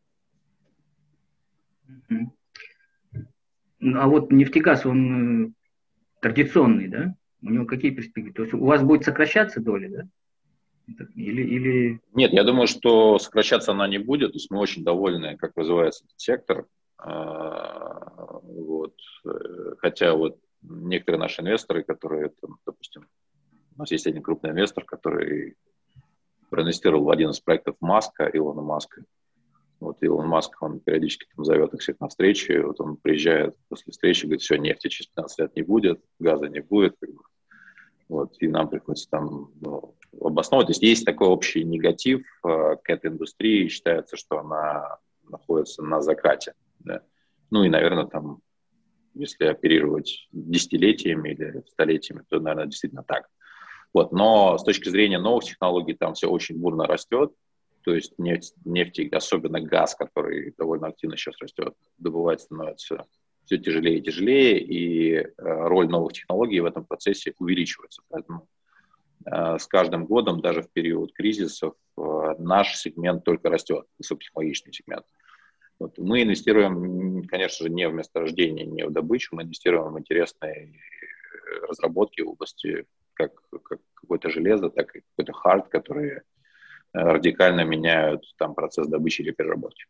А вот нефтегаз, он традиционный, да? У него какие перспективы? То есть у вас будет сокращаться доля, да? Или... Нет, я думаю, что сокращаться она не будет. То есть мы очень довольны, как развивается этот сектор. Вот. Хотя вот некоторые наши инвесторы, которые, там, допустим, у нас есть один крупный инвестор, который проинвестировал в один из проектов Илона Маска. Вот Илон Маск, он периодически там зовет их всех на встречи, вот он приезжает после встречи, говорит, все, нефти через 15 лет не будет, газа не будет, как бы. Вот, и нам приходится там обосновывать. То есть такой общий негатив к этой индустрии, считается, что она находится на закате. Да? Ну и, наверное, там, если оперировать десятилетиями или столетиями, то, наверное, действительно так. Вот, но с точки зрения новых технологий там все очень бурно растет. То есть нефть, особенно газ, который довольно активно сейчас растет, добывать становится все тяжелее и тяжелее, и роль новых технологий в этом процессе увеличивается. Поэтому с каждым годом, даже в период кризисов, наш сегмент только растет, высокотехнологичный сегмент. Вот. Мы инвестируем, конечно же, не в месторождение, не в добычу, мы инвестируем в интересные разработки в области как какое-то железо, так и какой-то хард, которые радикально меняют там процесс добычи или переработки.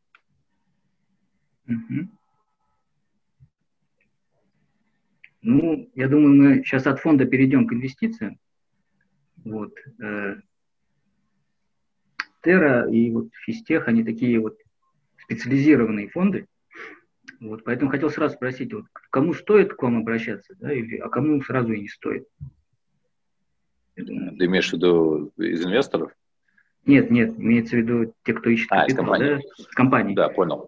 Ну, я думаю, мы сейчас от фонда перейдем к инвестициям. Вот. Terra и вот Физтех, они такие вот специализированные фонды. Вот, поэтому хотел сразу спросить, вот, кому стоит к вам обращаться, да, а кому сразу и не стоит? Ты имеешь в виду из инвесторов? Нет, имеется в виду те, кто ищет капитал, да, с компанией. Да, понял.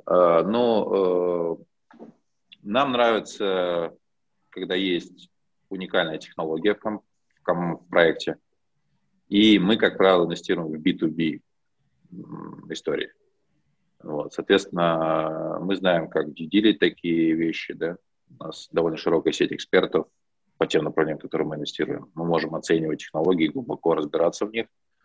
Нам нравится, когда есть уникальная технология в проекте, и мы, как правило, инвестируем в B2B истории. Вот, соответственно, мы знаем, как дилить такие вещи, да. У нас довольно широкая сеть экспертов по тем направлениям, в которые мы инвестируем. Мы можем оценивать технологии, глубоко разбираться в них.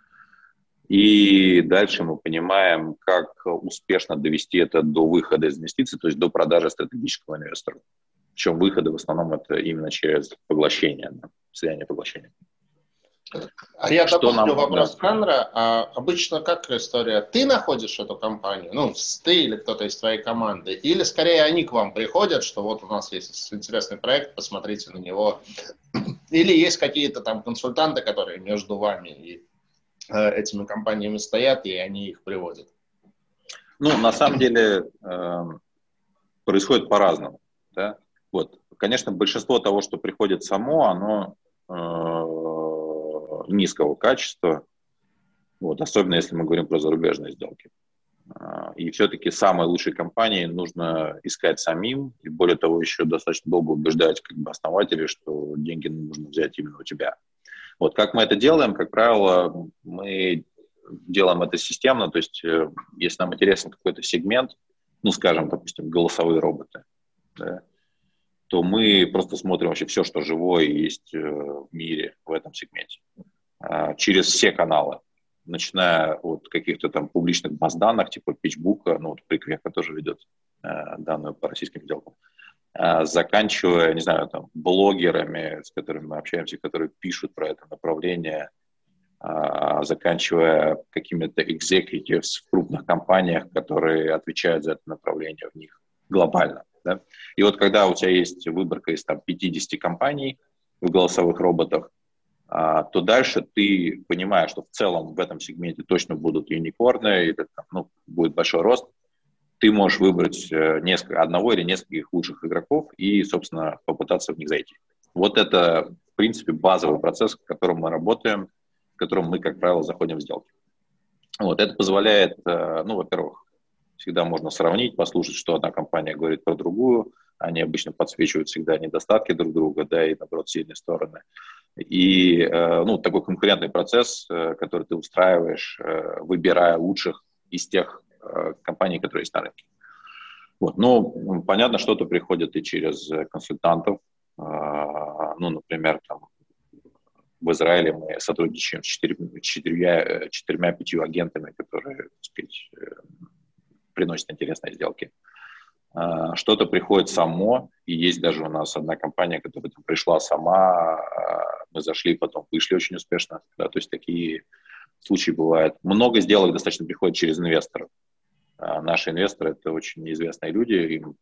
И дальше мы понимаем, как успешно довести это до выхода из инвестиций, то есть до продажи стратегического инвестора. Причем выходы в основном это именно через поглощение, да, слияние поглощения. А я дополню вопрос Конра. А обычно как история? Ты находишь эту компанию, ну, ты или кто-то из твоей команды, или скорее они к вам приходят, что вот у нас есть интересный проект, посмотрите на него. Или есть какие-то там консультанты, которые между вами и этими компаниями стоят, и они их приводят? Ну, на самом деле происходит по-разному. Да? Вот. Конечно, большинство того, что приходит само, оно низкого качества, вот, особенно если мы говорим про зарубежные сделки. И все-таки самые лучшие компании нужно искать самим, и более того, еще достаточно долго убеждать как бы основателей, что деньги нужно взять именно у тебя. Вот как мы это делаем, как правило, мы делаем это системно, то есть если нам интересен какой-то сегмент, ну, скажем, допустим, голосовые роботы, да, то мы просто смотрим вообще все, что живое есть в мире в этом сегменте, через все каналы, начиная от каких-то там публичных баз данных, типа PitchBook, ну, вот Приквеха тоже ведет данную по российским сделкам, заканчивая, не знаю, там, блогерами, с которыми мы общаемся, которые пишут про это направление, заканчивая какими-то executives в крупных компаниях, которые отвечают за это направление в них глобально. Да? И вот когда у тебя есть выборка из там, 50 компаний в голосовых роботах, то дальше ты понимаешь, что в целом в этом сегменте точно будут юникорны, или там, ну, будет большой рост. Ты можешь выбрать одного или нескольких лучших игроков и, собственно, попытаться в них зайти. Вот это, в принципе, базовый процесс, в котором мы работаем, в котором мы, как правило, заходим в сделки. Вот, это позволяет, ну, во-первых, всегда можно сравнить, послушать, что одна компания говорит про другую. Они обычно подсвечивают всегда недостатки друг друга, да, и, наоборот, сильные стороны. И, ну, такой конкурентный процесс, который ты устраиваешь, выбирая лучших из тех компаний, которые есть на рынке. Вот. Ну, понятно, что-то приходит и через консультантов. Ну, например, там, в Израиле мы сотрудничаем с 4-5 агентами, которые, так сказать, приносят интересные сделки. Что-то приходит само, и есть даже у нас одна компания, которая там пришла сама, мы зашли, потом вышли очень успешно. Да, то есть такие случаи бывают. Много сделок достаточно приходит через инвесторов. Наши инвесторы — это очень неизвестные люди, им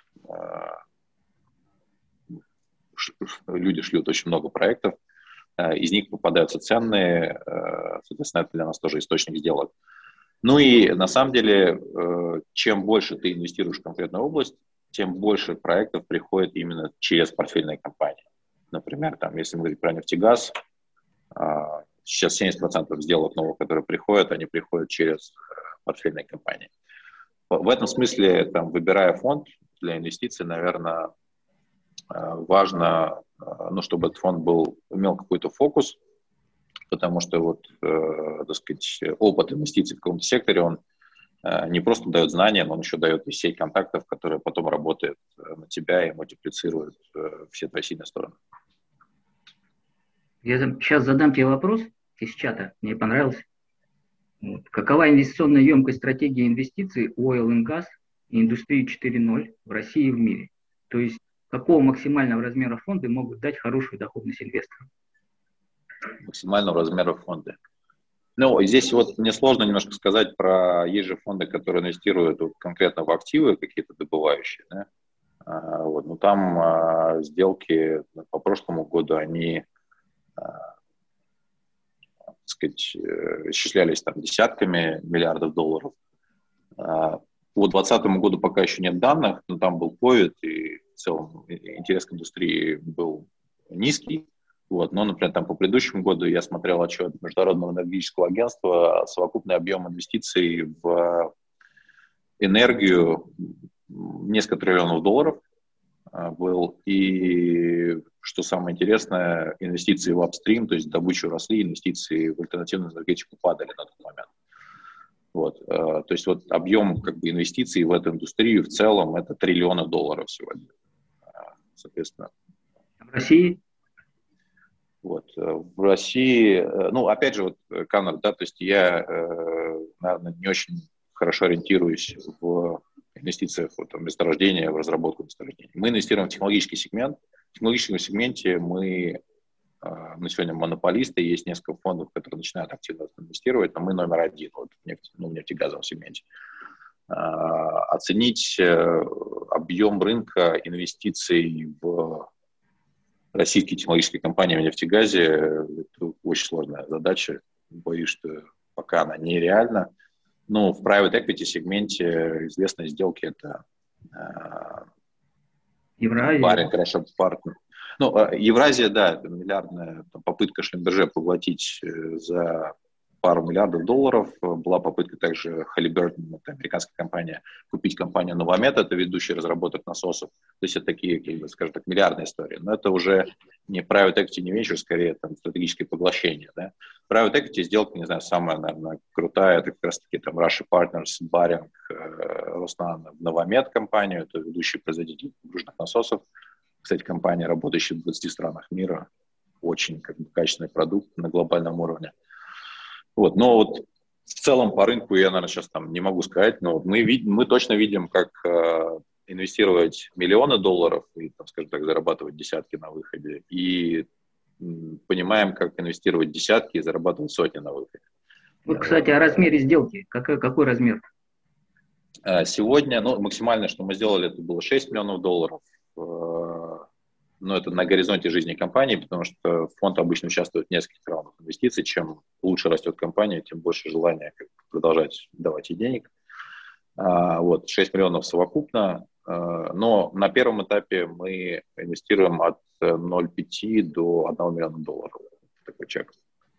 люди шлют очень много проектов, из них попадаются ценные, соответственно, это для нас тоже источник сделок. Ну и на самом деле, чем больше ты инвестируешь в конкретную область, тем больше проектов приходит именно через портфельные компании. Например, там, если мы говорим про нефтегаз, сейчас 70% сделок новых, которые приходят, они приходят через портфельные компании. В этом смысле, там, выбирая фонд для инвестиций, наверное, важно, ну, чтобы этот фонд имел какой-то фокус, потому что вот, так сказать, опыт инвестиций в каком-то секторе, он не просто дает знания, но он еще дает и сеть контактов, которая потом работает на тебя и мультиплицирует все твои сильные стороны. Я сейчас задам тебе вопрос из чата, мне понравился. Вот. Какова инвестиционная емкость стратегии инвестиций Oil and Gas и индустрии 4.0 в России и в мире? То есть какого максимального размера фонды могут дать хорошую доходность инвесторам? Максимального размера фонда. Ну, здесь вот мне сложно немножко сказать про... Есть же фонды, которые инвестируют вот конкретно в активы какие-то добывающие, да? Вот. Но там сделки по прошлому году, они, так сказать, исчислялись там десятками миллиардов долларов. По 2020 году пока еще нет данных, но там был COVID, и в целом интерес к индустрии был низкий. Вот. Но, например, там по предыдущему году я смотрел отчет Международного энергетического агентства, совокупный объем инвестиций в энергию несколько триллионов долларов был. И, что самое интересное, инвестиции в апстрим, то есть добычу росли, инвестиции в альтернативную энергетику падали на тот момент. Вот, то есть вот объем как бы инвестиций в эту индустрию в целом это триллионы долларов сегодня, соответственно. В России? Вот, в России, ну, опять же, вот, Конор, да, то есть я, наверное, не очень хорошо ориентируюсь в инвестициях в месторождения, в разработку месторождений. Мы инвестируем в технологический сегмент. В технологическом сегменте мы сегодня монополисты, есть несколько фондов, которые начинают активно инвестировать, но мы номер один вот, в нефтегазовом сегменте. Оценить объем рынка инвестиций в российские технологические компании в нефтегазе – это очень сложная задача. Боюсь, что пока она нереальна. Но в private equity сегменте известные сделки – это Баринг, Russian Partner. Ну, Евразия, да, это миллиардная попытка Шлемберже поглотить за пару миллиардов долларов. Была попытка также Halliburton, это американская компания, купить компанию Novamet, это ведущий разработок насосов. То есть это такие, скажем так, миллиардные истории. Но это уже не private equity, не venture, скорее там стратегическое поглощение. Да? Private equity сделка, не знаю, самая, наверное, крутая, это как раз-таки там Russian Partners, Баринг, Роснан, Novamet компанию, это ведущий производитель погружных насосов. Кстати, компания, работающая в 20 странах мира, очень как бы качественный продукт на глобальном уровне. Вот, но вот в целом по рынку я, наверное, сейчас там не могу сказать, но мы точно видим, как инвестировать миллионы долларов и, там, скажем так, зарабатывать десятки на выходе, и понимаем, как инвестировать десятки и зарабатывать сотни на выходе. Вот, кстати, о размере сделки. Какой размер? Сегодня, ну, максимальное, что мы сделали, это было 6 миллионов долларов. Но это на горизонте жизни компании, потому что фонд обычно участвует в нескольких раундах инвестиций. Чем лучше растет компания, тем больше желания продолжать давать ей денег. Вот, 6 миллионов совокупно. Но на первом этапе мы инвестируем от 0,5 до 1 миллиона долларов. Такой чек.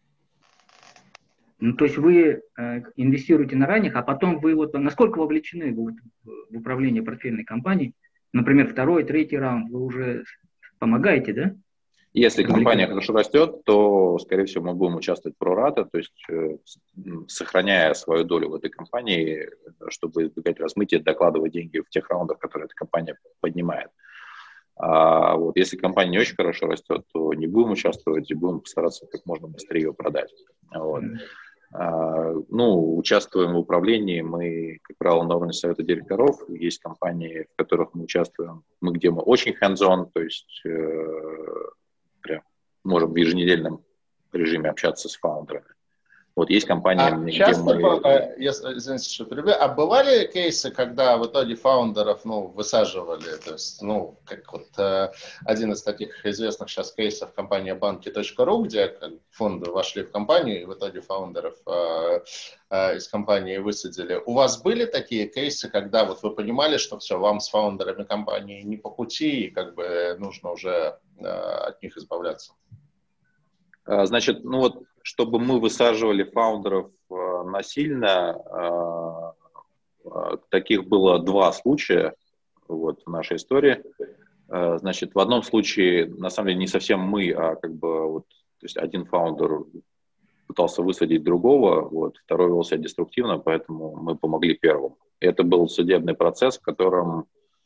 Ну, то есть вы инвестируете на ранних, а потом вы вот насколько вовлечены в управление портфельной компанией? Например, второй, третий раунд, вы уже помогаете, да? Если компания хорошо растет, то, скорее всего, мы будем участвовать прората, то есть сохраняя свою долю в этой компании, чтобы избегать размытия, докладывать деньги в тех раундах, которые эта компания поднимает. А вот если компания не очень хорошо растет, то не будем участвовать и будем постараться как можно быстрее ее продать. Вот. Ну, участвуем в управлении мы, как правило, на уровне совета директоров. Есть компании, в которых мы участвуем, где мы очень hands-on, то есть прям можем в еженедельном режиме общаться с фаундерами. Вот есть компании, где мы... Извините, что перебью. А бывали кейсы, когда в итоге фаундеров высаживали? То есть, как вот один из таких известных сейчас кейсов компания банки.ру, где фонды вошли в компанию, и в итоге фаундеров из компании высадили. У вас были такие кейсы, когда вот вы понимали, что все, вам с фаундерами компании не по пути, и как бы нужно уже от них избавляться? Значит, чтобы мы высаживали фаундеров насильно, таких было 2 случая в нашей истории. Значит, в одном случае, на самом деле, не совсем мы, а то есть один фаундер пытался высадить другого, второй вел себя деструктивно, поэтому мы помогли первому. И это был судебный процесс, в котором,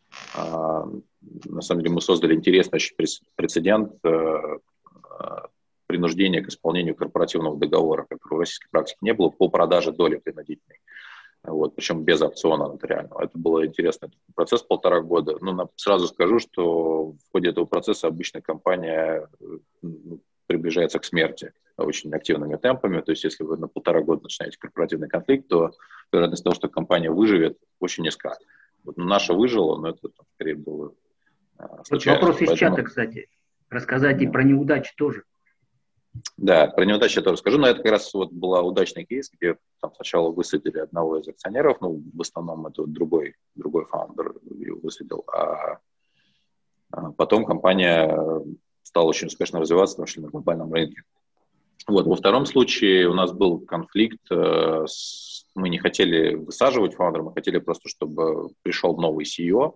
на самом деле, мы создали интересный прецедент принуждения к исполнению корпоративного договора, которого в российской практике не было, по продаже доли принудительной. Причем без опциона нотариального. Это был интересный процесс 1,5 года. Сразу скажу, что в ходе этого процесса обычно компания приближается к смерти очень активными темпами. То есть если вы на 1,5 года начинаете корпоративный конфликт, то вероятность того, что компания выживет, очень низка. Наша выжила, но это скорее было случайно. Вопрос из чата, кстати. Рассказать и про неудачи тоже. Да, про неудачу я тоже скажу, но это как раз была удачный кейс, где там сначала высадили одного из акционеров, в основном это другой фаундер его высадил, а потом компания стала очень успешно развиваться, потому что на глобальном рынке. Во втором случае у нас был конфликт, мы не хотели высаживать фаундера, мы хотели просто, чтобы пришел новый CEO.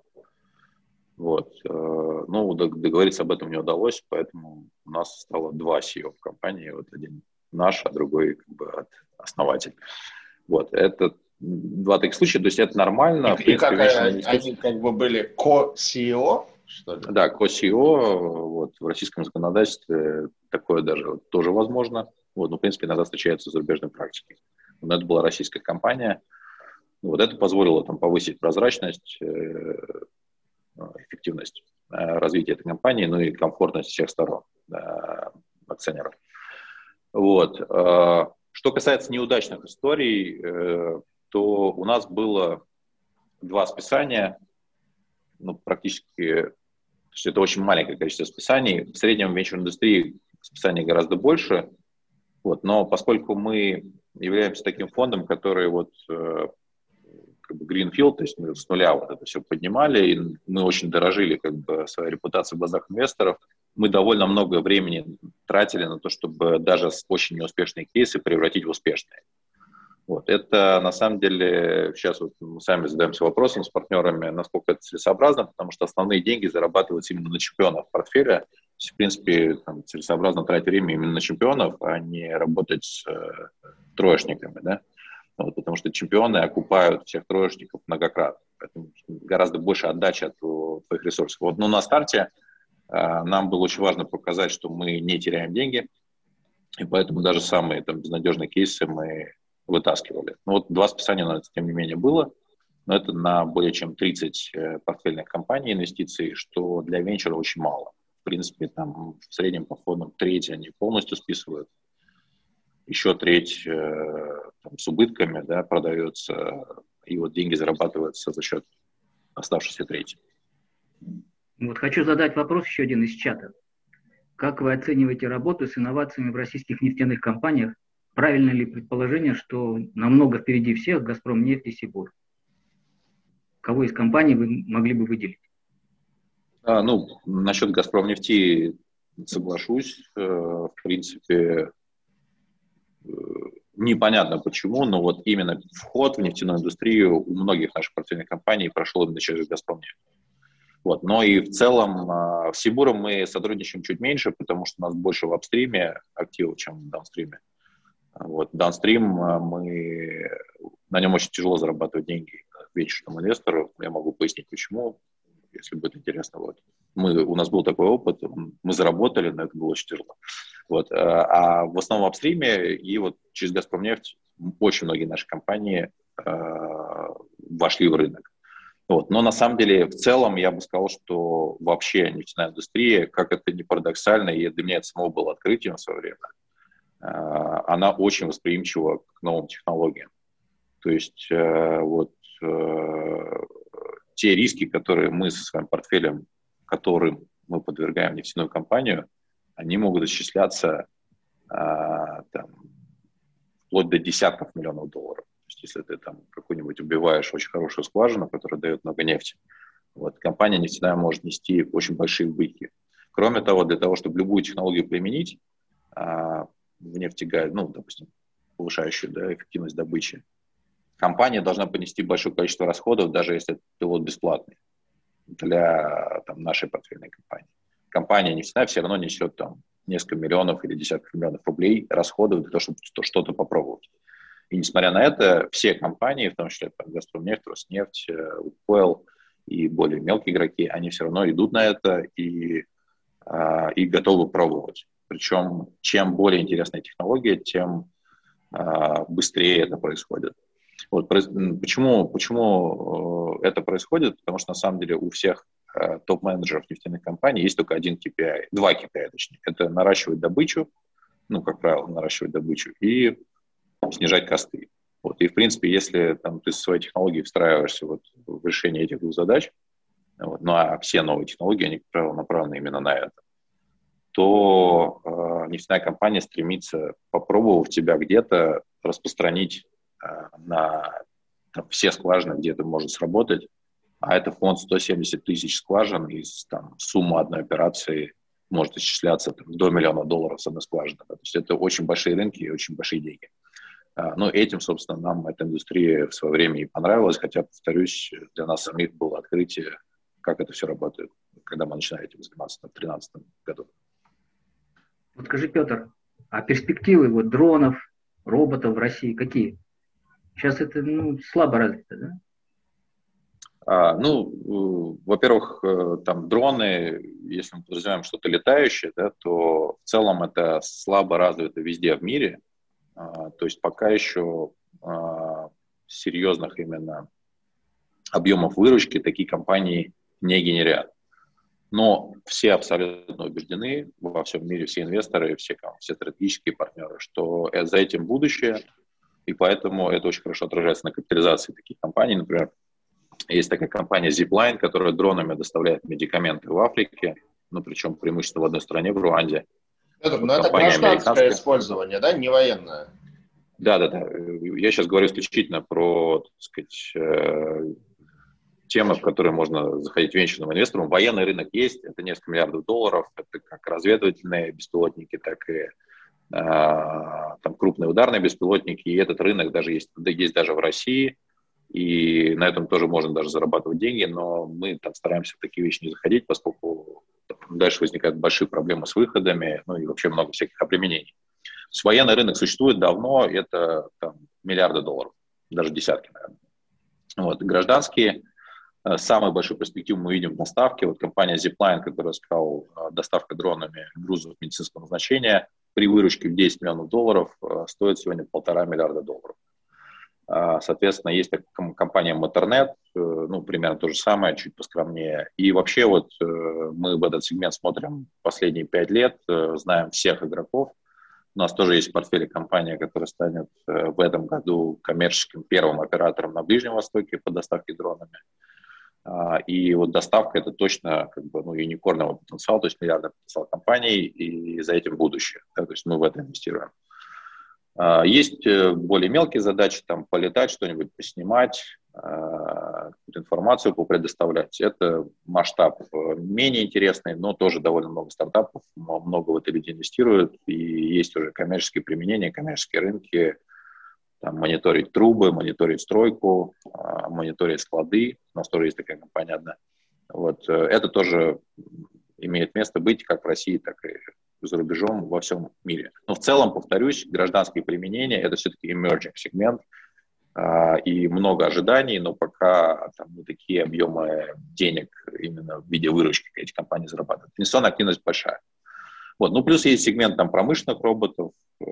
Договориться об этом не удалось, поэтому у нас стало 2 CEO в компании, один наш, а другой основатель. Это два таких случая, то есть это нормально. И как они как бы были ко-CEO, что ли? Да, ко-CEO, вот, в российском законодательстве такое даже вот, тоже возможно. Вот, ну, в принципе, иногда встречается в зарубежной практике. Но это была российская компания. Вот это позволило там повысить прозрачность, эффективность развития этой компании, ну и комфортность всех сторон акционеров. Вот. Что касается неудачных историй, то у нас было 2 списания, ну, практически, то есть это очень маленькое количество списаний. В среднем в венчур-индустрии списаний гораздо больше, вот, но поскольку мы являемся таким фондом, который вот как бы greenfield, то есть мы с нуля вот это все поднимали, и мы очень дорожили как бы своей репутацией в глазах инвесторов, мы довольно много времени тратили на то, чтобы даже очень неуспешные кейсы превратить в успешные. Вот. Это на самом деле, сейчас вот мы сами задаемся вопросом с партнерами, насколько это целесообразно, потому что основные деньги зарабатываются именно на чемпионах портфеля. То есть, в принципе, там, целесообразно тратить время именно на чемпионов, а не работать с троечниками, да? Вот, потому что чемпионы окупают всех троечников многократно. Поэтому гораздо больше отдачи от твоих ресурсов. Вот, но на старте нам было очень важно показать, что мы не теряем деньги, и поэтому даже самые там безнадежные кейсы мы вытаскивали. Ну, вот 2 списания у нас, тем не менее, было, но это на более чем 30 портфельных компаний инвестиций, что для венчура очень мало. В принципе, там в среднем по фондам треть они полностью списывают, еще треть там, с убытками, да, продается, и вот деньги зарабатываются за счет оставшейся трети. Вот хочу задать вопрос еще один из чата. Как вы оцениваете работу с инновациями в российских нефтяных компаниях? Правильно ли предположение, что намного впереди всех «Газпромнефть» и «Сибур»? Кого из компаний вы могли бы выделить? Ну, насчет «Газпромнефти» соглашусь. В принципе, непонятно почему, но вот именно вход в нефтяную индустрию у многих наших портфельных компаний прошел именно через «Газпромнефть». Вот. Но и в целом с Сибуром мы сотрудничаем чуть меньше, потому что у нас больше в апстриме активов, чем в даунстриме. Вот. Даунстрим, на нем очень тяжело зарабатывать деньги венчурному инвестору. Я могу пояснить, почему, если будет интересно. Вот. У нас был такой опыт, мы заработали, но это было очень тяжело. Вот. А в основном в апстриме и вот через «Газпромнефть» очень многие наши компании вошли в рынок. Вот. Но на самом деле в целом я бы сказал, что вообще нефтяная индустрия, как это ни парадоксально, и для меня это самого было открытием в свое время, она очень восприимчива к новым технологиям. То есть вот те риски, которые мы со своим портфелем, которым мы подвергаем нефтяную компанию, они могут исчисляться там, вплоть до десятков миллионов долларов. То есть если ты там какую-нибудь убиваешь очень хорошую скважину, которая дает много нефти, вот, компания нефтяная может нести очень большие убытки. Кроме того, для того, чтобы любую технологию применить, в нефтегаз, ну, допустим, повышающую, да, эффективность добычи, компания должна понести большое количество расходов, даже если этот пилот бесплатный для там, нашей портфельной компании. Компания нефтяная все равно несет там несколько миллионов или десятков миллионов рублей расходов для того, чтобы что-то попробовать. И несмотря на это, все компании, в том числе там, «Газпромнефть», «Роснефть», «Лукойл» и более мелкие игроки, они все равно идут на это и готовы пробовать. Причем, чем более интересная технология, тем быстрее это происходит. Вот, почему это происходит? Потому что, на самом деле, у всех топ-менеджеров нефтяных компаний есть только один KPI, 2 KPI, точнее. Это наращивать добычу, ну, как правило, наращивать добычу, и снижать косты. Вот. И, в принципе, если там, ты со своей технологией встраиваешься вот, в решение этих 2 задач, вот, ну, а все новые технологии, они, как правило, направлены именно на это, то нефтяная компания стремится, попробовав тебя где-то, распространить на там, все скважины, где это может сработать. А это фонд 170 тысяч скважин, и там, сумма одной операции может исчисляться там, до $1 миллиона с одной скважины. То есть это очень большие рынки и очень большие деньги. Но этим, собственно, нам эта индустрия в свое время и понравилась, хотя, повторюсь, для нас самих было открытие, как это все работает, когда мы начинали этим заниматься в 2013 году. Вот скажи, Петр, а перспективы вот дронов, роботов в России какие? Сейчас это слабо развито, да? Во-первых, там дроны, если мы подразумеваем что-то летающее, да, то в целом это слабо развито везде в мире. То есть пока еще серьезных именно объемов выручки такие компании не генерят. Но все абсолютно убеждены во всем мире, все инвесторы, все стратегические партнеры, что за этим будущее, и поэтому это очень хорошо отражается на капитализации таких компаний. Например, есть такая компания Zipline, которая дронами доставляет медикаменты в Африке, причем преимущественно в одной стране, в Руанде. Это гражданское использование, да, не военное? Да. Я сейчас говорю исключительно про, так сказать, темы, в которые можно заходить венчурным инвесторам. Военный рынок есть, это несколько миллиардов долларов, это как разведывательные беспилотники, так и там крупные ударные беспилотники, и этот рынок даже есть даже в России, и на этом тоже можно даже зарабатывать деньги, но мы там стараемся в такие вещи не заходить, поскольку дальше возникают большие проблемы с выходами, и вообще много всяких обременений. То есть военный рынок существует давно, это миллиарды долларов, даже десятки, наверное. Гражданские, самую большую перспективу мы видим в доставке. Компания Zipline, которая сказала, доставка дронами грузов медицинского назначения при выручке в 10 миллионов долларов стоит сегодня $1,5 миллиарда долларов. Соответственно, есть такая компания Motornet, примерно то же самое, чуть поскромнее. И вообще мы в этот сегмент смотрим последние 5 лет, знаем всех игроков. У нас тоже есть в портфеле компания, которая станет в этом году коммерческим первым оператором на Ближнем Востоке по доставке дронами. И доставка – это точно юникорновый потенциал, то есть миллиардный потенциал компаний, и за этим будущее. Да, то есть мы в это инвестируем. Есть более мелкие задачи, полетать, что-нибудь поснимать, какую-то информацию предоставлять. Это масштаб менее интересный, но тоже довольно много стартапов, много в это люди инвестируют, и есть уже коммерческие применения, коммерческие рынки, мониторить трубы, мониторить стройку, мониторить склады. У нас тоже есть такая компания одна. Это тоже имеет место быть как в России, так и за рубежом во всем мире. Но в целом, повторюсь, гражданские применения – это все-таки emerging сегмент, и много ожиданий, но пока не такие объемы денег именно в виде выручки эти компании зарабатывают. Инвестиционная активность большая. Плюс есть сегмент промышленных роботов.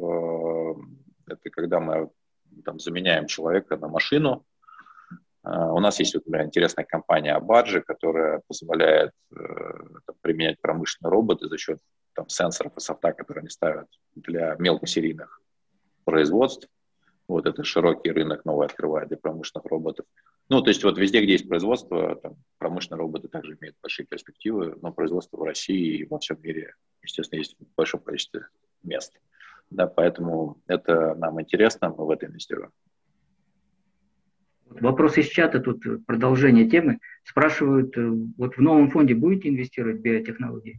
Это когда мы заменяем человека на машину. У нас есть, например, интересная компания Abaji, которая позволяет применять промышленные роботы за счет сенсоров и софта, которые они ставят для мелкосерийных производств. Это широкий рынок новый открывает для промышленных роботов. То есть везде, где есть производство, промышленные роботы также имеют большие перспективы, но производство в России и во всем мире, естественно, есть в большом количестве мест. Да, поэтому это нам интересно, мы в это инвестируем. Вопрос из чата, тут продолжение темы. Спрашивают, в новом фонде будете инвестировать в биотехнологии?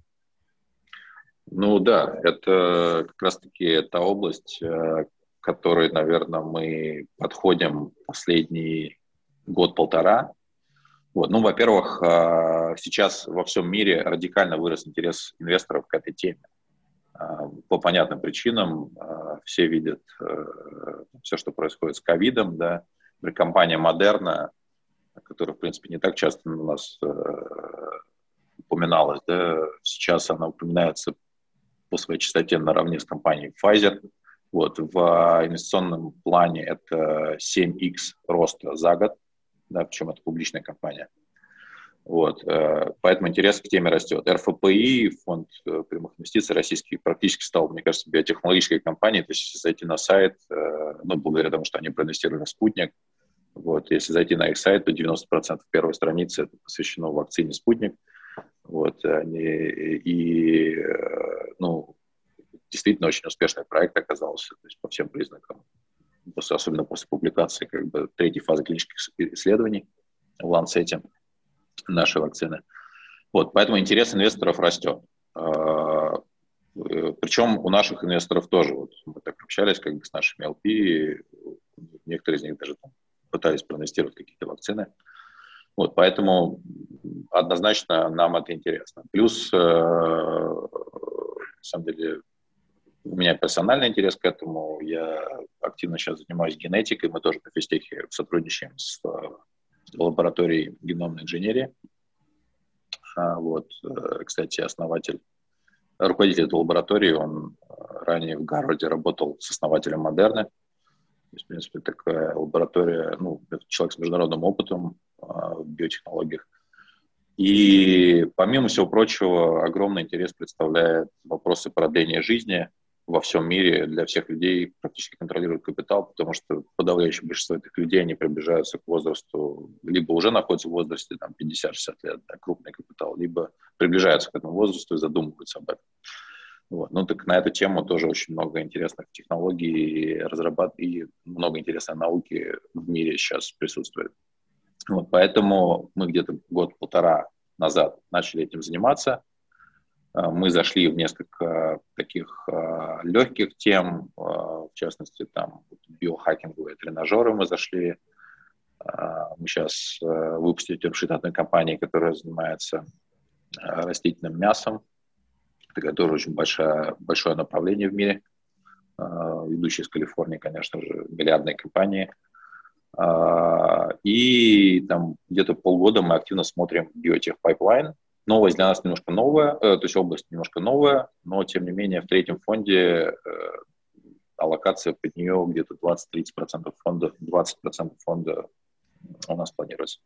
Да, это как раз-таки та область, к которой, наверное, мы подходим последний год-полтора. Во-первых, сейчас во всем мире радикально вырос интерес инвесторов к этой теме. По понятным причинам все видят все, что происходит с ковидом, да. Компания Moderna, которая, в принципе, не так часто у нас упоминалась, да, сейчас она упоминается по своей частоте наравне с компанией Pfizer. В инвестиционном плане это 7x роста за год, да, причем это публичная компания. Поэтому интерес к теме растет. РФПИ, фонд прямых инвестиций российский, практически стал, мне кажется, биотехнологической компанией. То есть, если зайти на сайт, благодаря тому, что они проинвестировали в «Спутник», если зайти на их сайт, то 90% первой страницы это посвящено вакцине «Спутник». Действительно очень успешный проект оказался, то есть по всем признакам, особенно после публикации третьей фазы клинических исследований в Lancet нашей вакцины. Поэтому интерес инвесторов растет. Причем у наших инвесторов тоже. Мы так общались с нашими LP, некоторые из них даже пытались проинвестировать какие-то вакцины. Поэтому однозначно нам это интересно. Плюс, на самом деле, у меня персональный интерес к этому. Я активно сейчас занимаюсь генетикой. Мы тоже на физтехе сотрудничаем с лабораторией геномной инженерии. Вот, кстати, руководитель этой лаборатории, он ранее в Гарварде работал с основателем Модерны. То есть, в принципе, такая лаборатория, это человек с международным опытом в биотехнологиях. И, помимо всего прочего, огромный интерес представляет вопросы продления жизни во всем мире. Для всех людей практически контролирует капитал, потому что подавляющее большинство этих людей, они приближаются к возрасту, либо уже находятся в возрасте 50-60 лет, да, крупный капитал, либо приближаются к этому возрасту и задумываются об этом. Вот. Так на эту тему тоже очень много интересных технологий и много интересной науки в мире сейчас присутствует. Вот, поэтому мы где-то год-полтора назад начали этим заниматься. Мы зашли в несколько таких легких тем, в частности, биохакинговые тренажеры мы зашли. Мы сейчас выпустили термшит одной компании, которая занимается растительным мясом. Это тоже очень большое направление в мире. Ведущие из Калифорнии, конечно же, миллиардные компании. И где-то полгода мы активно смотрим биотех пайплайн. Новость для нас немножко новая, то есть область немножко новая, но тем не менее в третьем фонде аллокация под нее где-то 20-30% фонда, 20% фонда у нас планируется.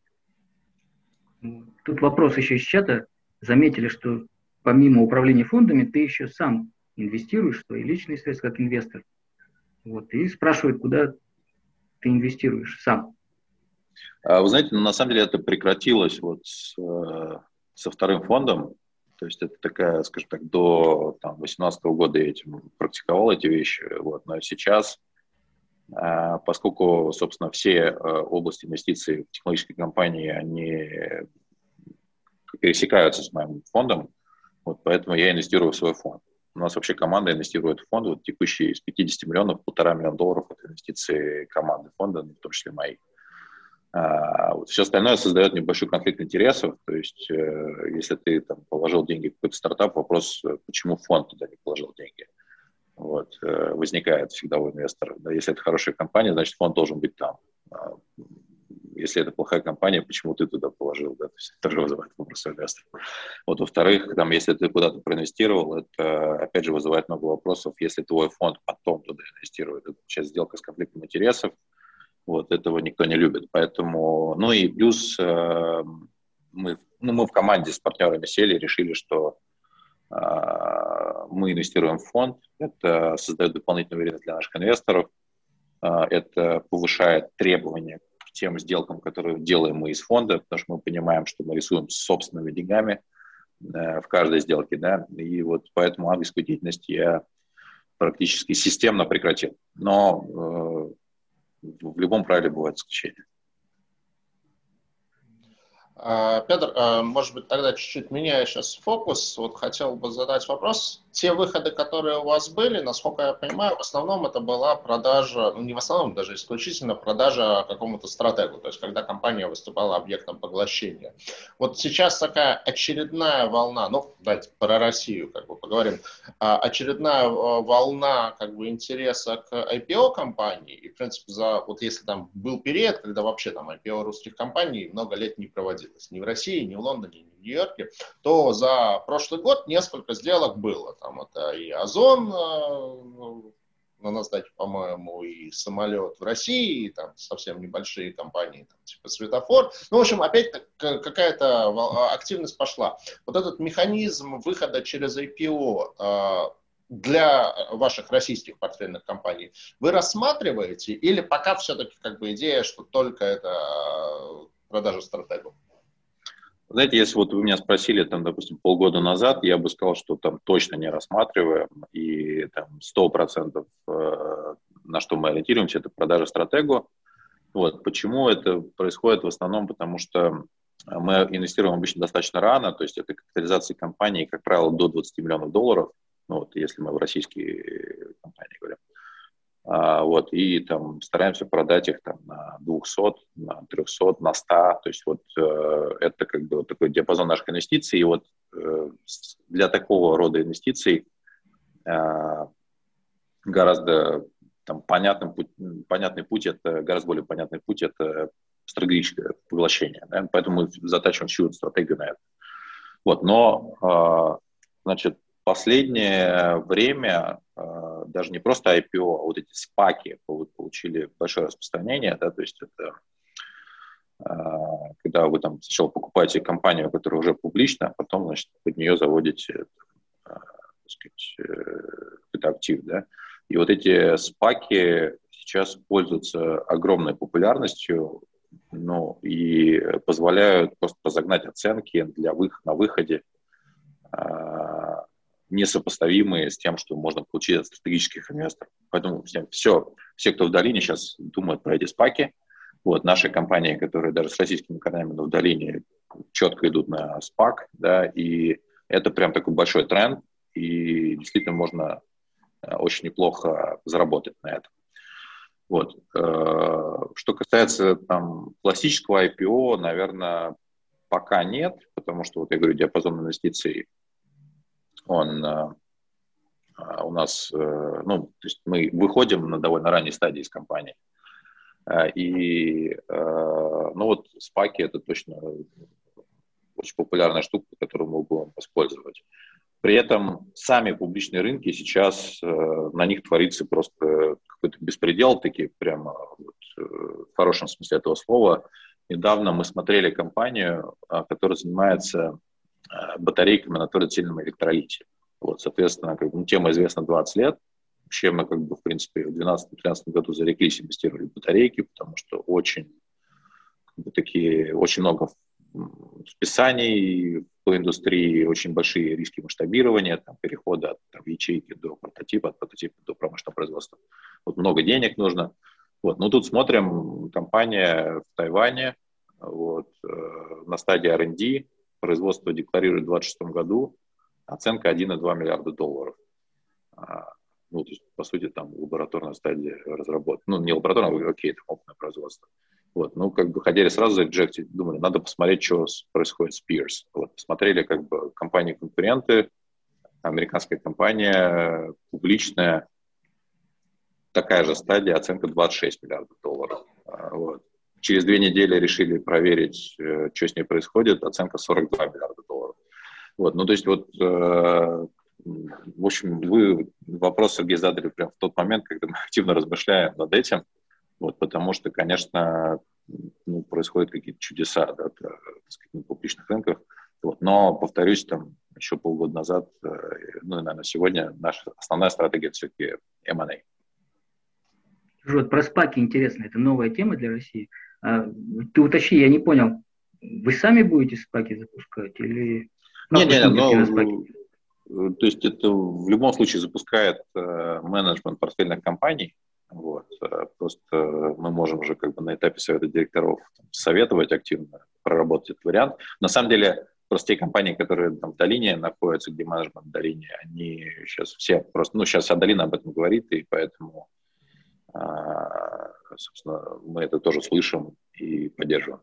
Тут вопрос еще из чата. Заметили, что помимо управления фондами, ты еще сам инвестируешь свои личные средства как инвестор. Вот, и спрашивают, куда ты инвестируешь сам. Вы знаете, на самом деле это прекратилось со вторым фондом. То есть это такая, скажем так, до 2018 года я этим практиковал эти вещи. Вот. Но сейчас, поскольку, собственно, все области инвестиций в технологические компании, они пересекаются с моим фондом, вот, поэтому я инвестирую в свой фонд. У нас вообще команда инвестирует в фонд, вот, текущий из 50 миллионов, $1,5 миллиона – это инвестиции команды фонда, в том числе мои. Все остальное создает небольшой конфликт интересов. То есть, если ты положил деньги в какой-то стартап, вопрос, почему фонд туда не положил деньги, вот, возникает всегда у инвестора. Да, если это хорошая компания, значит, фонд должен быть там. Если это плохая компания, почему ты туда положил? Да? То есть это тоже вызывает вопрос у инвестора. Вот, во-вторых, если ты куда-то проинвестировал, это, опять же, вызывает много вопросов. Если твой фонд потом туда инвестирует, это сейчас сделка с конфликтом интересов. Вот, этого никто не любит. Поэтому, и плюс мы в команде с партнерами сели и решили, что мы инвестируем в фонд. Это создает дополнительную уверенность для наших инвесторов. Это повышает требования к тем сделкам, которые делаем мы из фонда, потому что мы понимаем, что мы рисуем собственными деньгами в каждой сделке. Да? И вот поэтому ангельскую деятельность я практически системно прекратил. Но в любом правиле бывают исключения. Петр, может быть, тогда чуть-чуть меняя сейчас фокус, вот хотел бы задать вопрос. Те выходы, которые у вас были, насколько я понимаю, в основном это была продажа, не в основном, даже исключительно продажа какому-то стратегу, то есть когда компания выступала объектом поглощения. Вот сейчас такая очередная волна, давайте про Россию поговорим, очередная волна интереса к IPO компании, и в принципе если там был период, когда вообще IPO русских компаний много лет не проводилось, ни в России, ни в Лондоне, ни в Нью-Йорке, то за прошлый год несколько сделок было. Там это и Озон на NASDAQ, по-моему, и самолет в России, и там совсем небольшие компании, типа Светофор. В общем, опять какая-то активность пошла. Вот этот механизм выхода через IPO для ваших российских портфельных компаний вы рассматриваете, или пока все-таки идея, что только это продажа стратегов? Знаете, если вот вы меня спросили, допустим, полгода назад, я бы сказал, что там точно не рассматриваем, и 100% на что мы ориентируемся, это продажа стратегу. Вот. Почему это происходит? В основном потому, что мы инвестируем обычно достаточно рано, то есть это капитализация компании, как правило, до $20 миллионов, если мы в российские компании говорим. Вот, и стараемся продать их на 200, на 300, на 100. То есть это такой диапазон наших инвестиций. И для такого рода инвестиций гораздо там, понятный путь, это гораздо более понятный путь, это стратегическое поглощение. Да? Поэтому мы затачиваем всю стратегию на это. Вот, но, значит, последнее время даже не просто IPO, а вот эти спаки получили большое распространение, да, то есть это когда вы там сначала покупаете компанию, которая уже публична, а потом, значит, под нее заводите, так сказать, какой-то актив, да. И вот эти спаки сейчас пользуются огромной популярностью, ну, и позволяют просто разогнать оценки на выходе, несопоставимые с тем, что можно получить от стратегических инвесторов. Поэтому все, кто в долине, сейчас думают про эти спаки. Вот, наши компании, которые даже с российскими корнями, но в долине четко идут на спак, да, и это прям такой большой тренд, и действительно можно очень неплохо заработать на этом. Вот. Что касается там классического IPO, наверное, пока нет, потому что, вот я говорю, диапазон инвестиций, он у нас, ну, то есть мы выходим на довольно ранней стадии из компании. И, ну, вот спаки — это точно очень популярная штука, которую мы будем использовать. При этом сами публичные рынки сейчас, на них творится просто какой-то беспредел, такие прямо вот, в хорошем смысле этого слова. Недавно мы смотрели компанию, которая занимается батарейками на твердотельном электролите. Вот, соответственно, как бы, тема известна 20 лет. Вообще мы, как бы, в принципе, в 2012-2013 году зареклись, инвестировали в батарейки, потому что очень много списаний по индустрии, очень большие риски масштабирования, там, перехода от ячейки до прототипа, от прототипа до промышленного производства. Вот много денег нужно. Вот. Но тут смотрим, компания в Тайване, вот, на стадии R&D, производство декларирует в 2026 году, оценка 1,2 миллиарда долларов. Ну, то есть, по сути, там лабораторная стадия разработки. Ну, не лабораторная, окей, это опытное производство. Вот, ну, как бы хотели сразу заинжектить, думали, надо посмотреть, что происходит с Pierce. Вот, посмотрели, как бы, компании-конкуренты, американская компания, публичная, такая же стадия, оценка 26 миллиардов долларов. Вот. Через 2 недели решили проверить, что с ней происходит, оценка 42 миллиарда долларов. Вот, ну, то есть, вот, в общем, вы вопрос, Сергей, задали прямо в тот момент, когда мы активно размышляем над этим, вот, потому что, конечно, ну, происходят какие-то чудеса, да, так сказать, на публичных рынках. Вот, но, повторюсь, там еще полгода назад, ну, и, наверное, сегодня наша основная стратегия все-таки M&A. Вот про спаки интересно, это новая тема для России. Ты уточни, я не понял, вы сами будете спаки запускать или... То есть это в любом случае запускает менеджмент портфельных компаний. Вот. Просто мы можем уже как бы на этапе совета директоров советовать активно, проработать этот вариант. На самом деле, просто те компании, которые там в долине находятся, где менеджмент в долине, они сейчас все просто... Ну, сейчас вся долина об этом говорит, и поэтому, собственно, мы это тоже слышим и поддерживаем.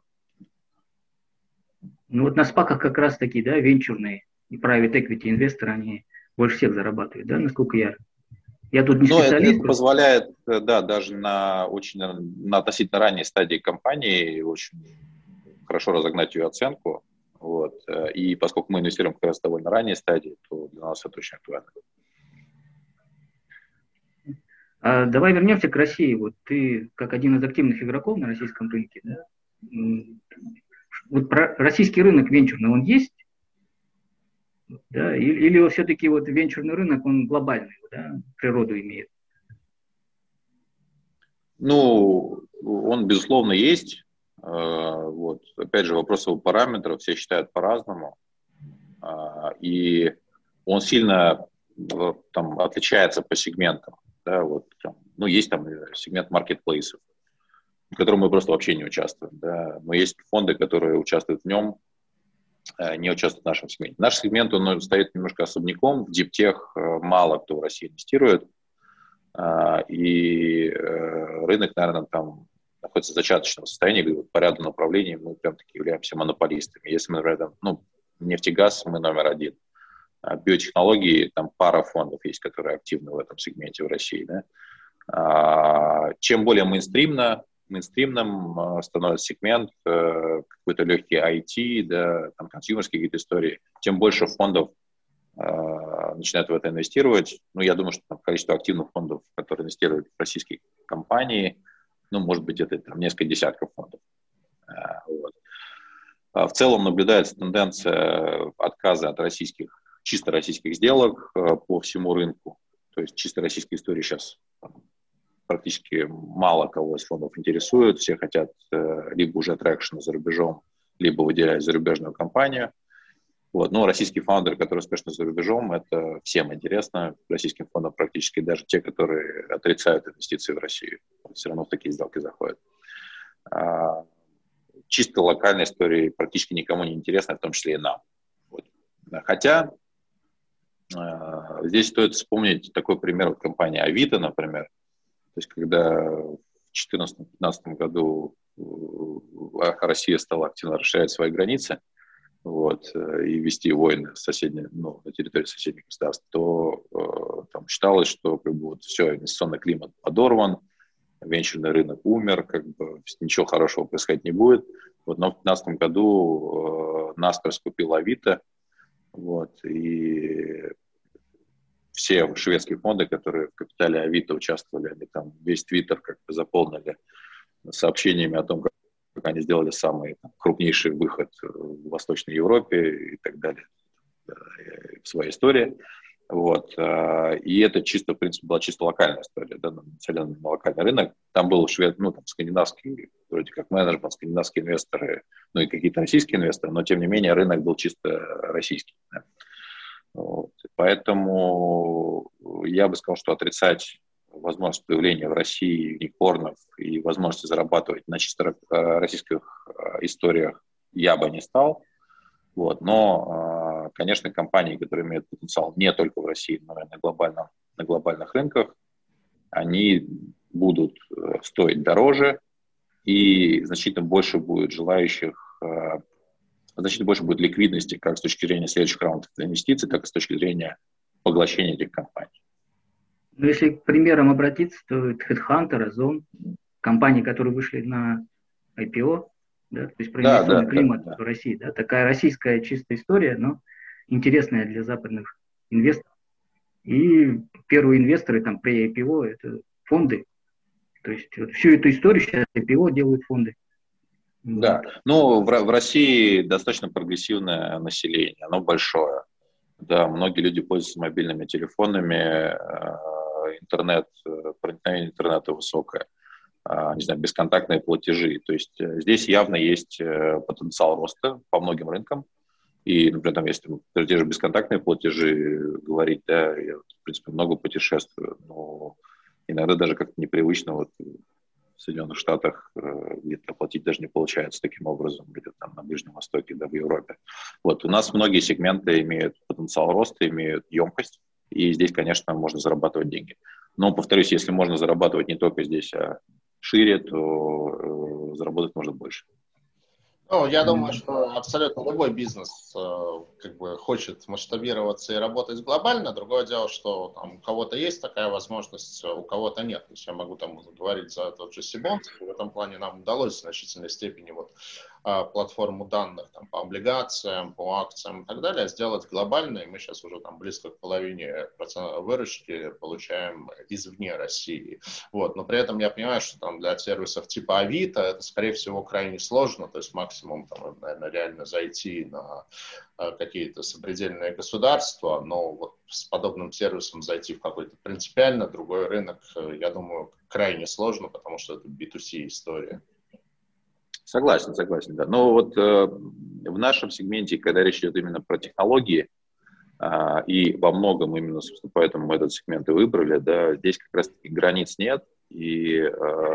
Ну вот на спаках как раз таки, да, венчурные и private equity инвесторы, они больше всех зарабатывают, да, насколько я тут не специалист. Это позволяет, да, даже на относительно ранней стадии компании очень хорошо разогнать ее оценку. Вот. И поскольку мы инвестируем как раз в довольно ранней стадии, то для нас это очень актуально. Давай вернемся к России. Вот ты как один из активных игроков на российском рынке, да? Вот российский рынок венчурный, он есть? Да? Или все-таки вот венчурный рынок, он глобальный, да? Природу имеет? Ну, он, безусловно, есть. Вот. Опять же, вопрос его параметров, все считают по-разному. И он сильно там отличается по сегментам. Да? Вот, там, ну, есть там сегмент маркетплейсов, в котором мы просто вообще не участвуем. Да? Но есть фонды, которые участвуют в нем, не участвуют в нашем сегменте. Наш сегмент, он стоит немножко особняком. В диптех мало кто в России инвестирует. И рынок, наверное, там находится в зачаточном состоянии, по ряду направлений мы прям таки являемся монополистами. Если мы, например, там, ну, нефтегаз, мы номер один. биотехнологии, там пара фондов есть, которые активны в этом сегменте в России. Да? Чем более мейнстримным становится сегмент, какой-то легкий IT, да, там консюмерские какие-то истории, тем больше фондов начинают в это инвестировать. Ну, я думаю, что там количество активных фондов, которые инвестируют в российские компании, ну, может быть, это там несколько десятков фондов. Вот. В целом наблюдается тенденция отказа от чисто российских сделок по всему рынку. То есть чисто российские истории сейчас практически мало кого из фондов интересует. Все хотят либо уже трекшена за рубежом, либо выделять зарубежную компанию. Вот. Но российские фаундеры, которые успешны за рубежом, это всем интересно. Российским фондам практически даже те, которые отрицают инвестиции в Россию, все равно в такие сделки заходят. Чисто локальные истории практически никому не интересны, в том числе и нам. Вот. Хотя здесь стоит вспомнить такой пример вот компании Авито, например. То есть когда в 2014-2015 году Россия стала активно расширять свои границы, вот, и вести войны на территории соседних государств, то там считалось, что как бы, вот, все, инвестиционный климат подорван, венчурный рынок умер, как бы ничего хорошего происходить не будет. Вот, но в 2015 году Naspers купил Авито, вот, и все шведские фонды, которые в капитале Авито участвовали, они там весь Твиттер как бы заполнили сообщениями о том, как они сделали самый крупнейший выход в Восточной Европе и так далее в своей истории. Вот. И это чисто, в принципе, была чисто локальная история, да, нацелена на локальный рынок. Там был там скандинавский, вроде как менеджмент, скандинавские инвесторы, ну и какие-то российские инвесторы, но, тем не менее, рынок был чисто российский. Да. Вот. Поэтому я бы сказал, что отрицать возможность появления в России юникорнов и возможности зарабатывать на чисто российских историях я бы не стал. Вот. Но, конечно, компании, которые имеют потенциал не только в России, но и на глобальных рынках, они будут стоить дороже, и значительно больше будет желающих, значительно больше будет ликвидности как с точки зрения следующих раундов инвестиций, так и с точки зрения поглощения этих компаний. Ну, если к примерам обратиться, то это Headhunter, Озон, компании, которые вышли на IPO, да, то есть про инвестиционный климат в России. Да, такая российская чистая история, но интересная для западных инвесторов. И первые инвесторы там при IPO – это фонды. То есть вот всю эту историю сейчас IPO делают фонды. Да, ну в России достаточно прогрессивное население, оно большое. Да, многие люди пользуются мобильными телефонами, проникновение интернета высокое, не знаю, бесконтактные платежи. То есть здесь явно есть потенциал роста по многим рынкам. И, например, там, если про те же бесконтактные платежи говорить, да, я, в принципе, много путешествую, но иногда даже как-то непривычно вот в Соединенных Штатах где-то оплатить даже не получается таким образом, где-то там на Ближнем Востоке, да, в Европе. Вот, у нас многие сегменты имеют потенциал роста, имеют емкость, и здесь, конечно, можно зарабатывать деньги. Но, повторюсь, если можно зарабатывать не только здесь, а шире, то заработать можно больше. Ну, я думаю, что абсолютно любой бизнес как бы хочет масштабироваться и работать глобально. Другое дело, что там, у кого-то есть такая возможность, у кого-то нет. То есть я могу там говорить за тот же Сибонс. В этом плане нам удалось в значительной степени вот платформу данных там, по облигациям, по акциям и так далее сделать глобальной. Мы сейчас уже там близко к половине выручки получаем извне России. Вот. Но при этом я понимаю, что там для сервисов типа Авито это, скорее всего, крайне сложно. То есть максимум, там, наверное, реально зайти на какие-то сопредельные государства, но вот с подобным сервисом зайти в какой-то принципиально другой рынок, я думаю, крайне сложно, потому что это B2C история. Согласен, да. Но вот в нашем сегменте, когда речь идет именно про технологии, и во многом именно, собственно, поэтому мы этот сегмент и выбрали, да, здесь как раз-таки границ нет, и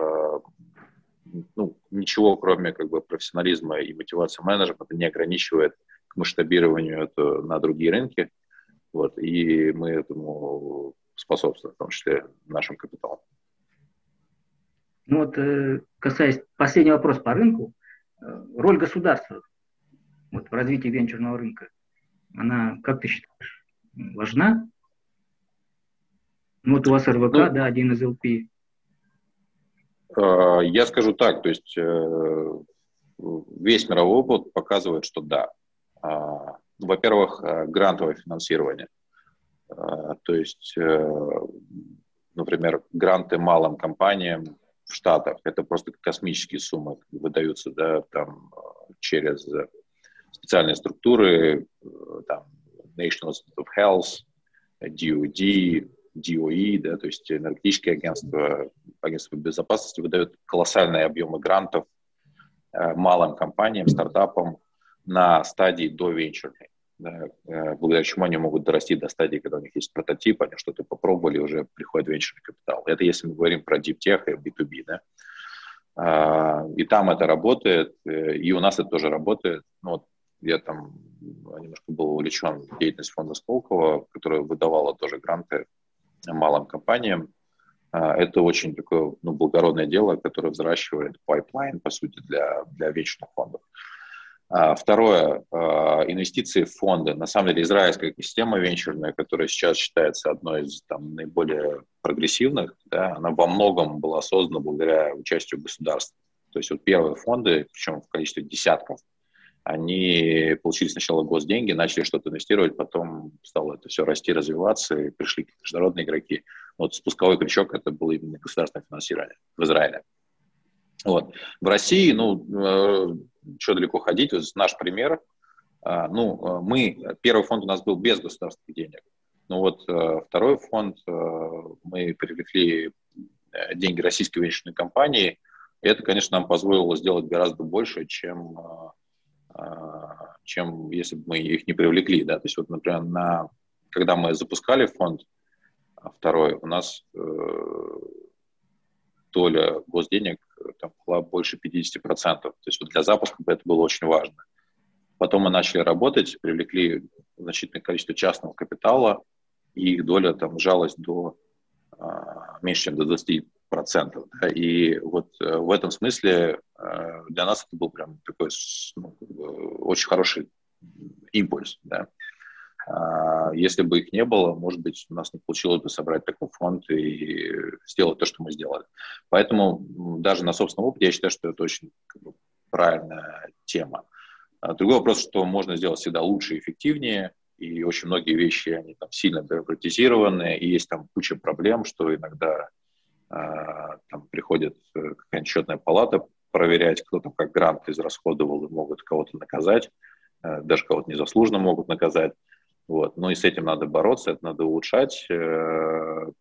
ничего, кроме как бы профессионализма и мотивации менеджмента, не ограничивает к масштабированию это на другие рынки. Вот, и мы этому способствуем, в том числе нашим капиталом. Ну вот, касаясь последний вопрос по рынку, роль государства вот, в развитии венчурного рынка, она, как ты считаешь, важна? Ну, вот у вас РВК, да, один из ЛП. Я скажу так, то есть весь мировой опыт показывает, что да. Во-первых, грантовое финансирование. То есть, например, гранты малым компаниям в Штатах, это просто космические суммы выдаются, да, там, через специальные структуры, там, National Institute of Health, DOD, DOE, да, то есть энергетические агентства, агентства безопасности выдают колоссальные объемы грантов малым компаниям, стартапам на стадии до венчурной. Да, благодаря чему они могут дорасти до стадии, когда у них есть прототип, они что-то попробовали, уже приходит венчурный капитал. Это если мы говорим про Deep Tech и B2B. Да? И там это работает, и у нас это тоже работает. Ну, вот я там немножко был увлечен деятельностью фонда Сколково, которая выдавала тоже гранты малым компаниям. Это очень такое благородное дело, которое взращивает пайплайн, по сути, для венчурных фондов. Второе, инвестиции в фонды. На самом деле израильская система венчурная, которая сейчас считается одной из там, наиболее прогрессивных, да, она во многом была создана благодаря участию государства. То есть вот первые фонды, причем в количестве десятков, они получили сначала госденьги, начали что-то инвестировать, потом стало это все расти, развиваться, и пришли международные игроки. Вот спусковой крючок — это было именно государственное финансирование в Израиле. Вот. В России, что далеко ходить, вот наш пример. Первый фонд у нас был без государственных денег. Второй фонд, мы привлекли деньги российской венчурной компании, и это, конечно, нам позволило сделать гораздо больше, чем если бы мы их не привлекли. Да? То есть, вот, например, когда мы запускали фонд второй, у нас доля госденег там была больше 50%. То есть вот для запуска это было очень важно. Потом мы начали работать, привлекли значительное количество частного капитала, и их доля там сжалась до меньше, чем до 20%. Да? И вот в этом смысле для нас это был прям такой очень хороший импульс. Да? Если бы их не было, может быть, у нас не получилось бы собрать такой фонд и сделать то, что мы сделали. Поэтому даже на собственном опыте я считаю, что это очень правильная тема. Другой вопрос, что можно сделать всегда лучше и эффективнее, и очень многие вещи, они там сильно бюрократизированы, и есть там куча проблем, что иногда там приходит какая-нибудь счетная палата проверять, кто там как грант израсходовал, и могут кого-то наказать, даже кого-то незаслуженно могут наказать. Вот. Ну и с этим надо бороться, это надо улучшать. Это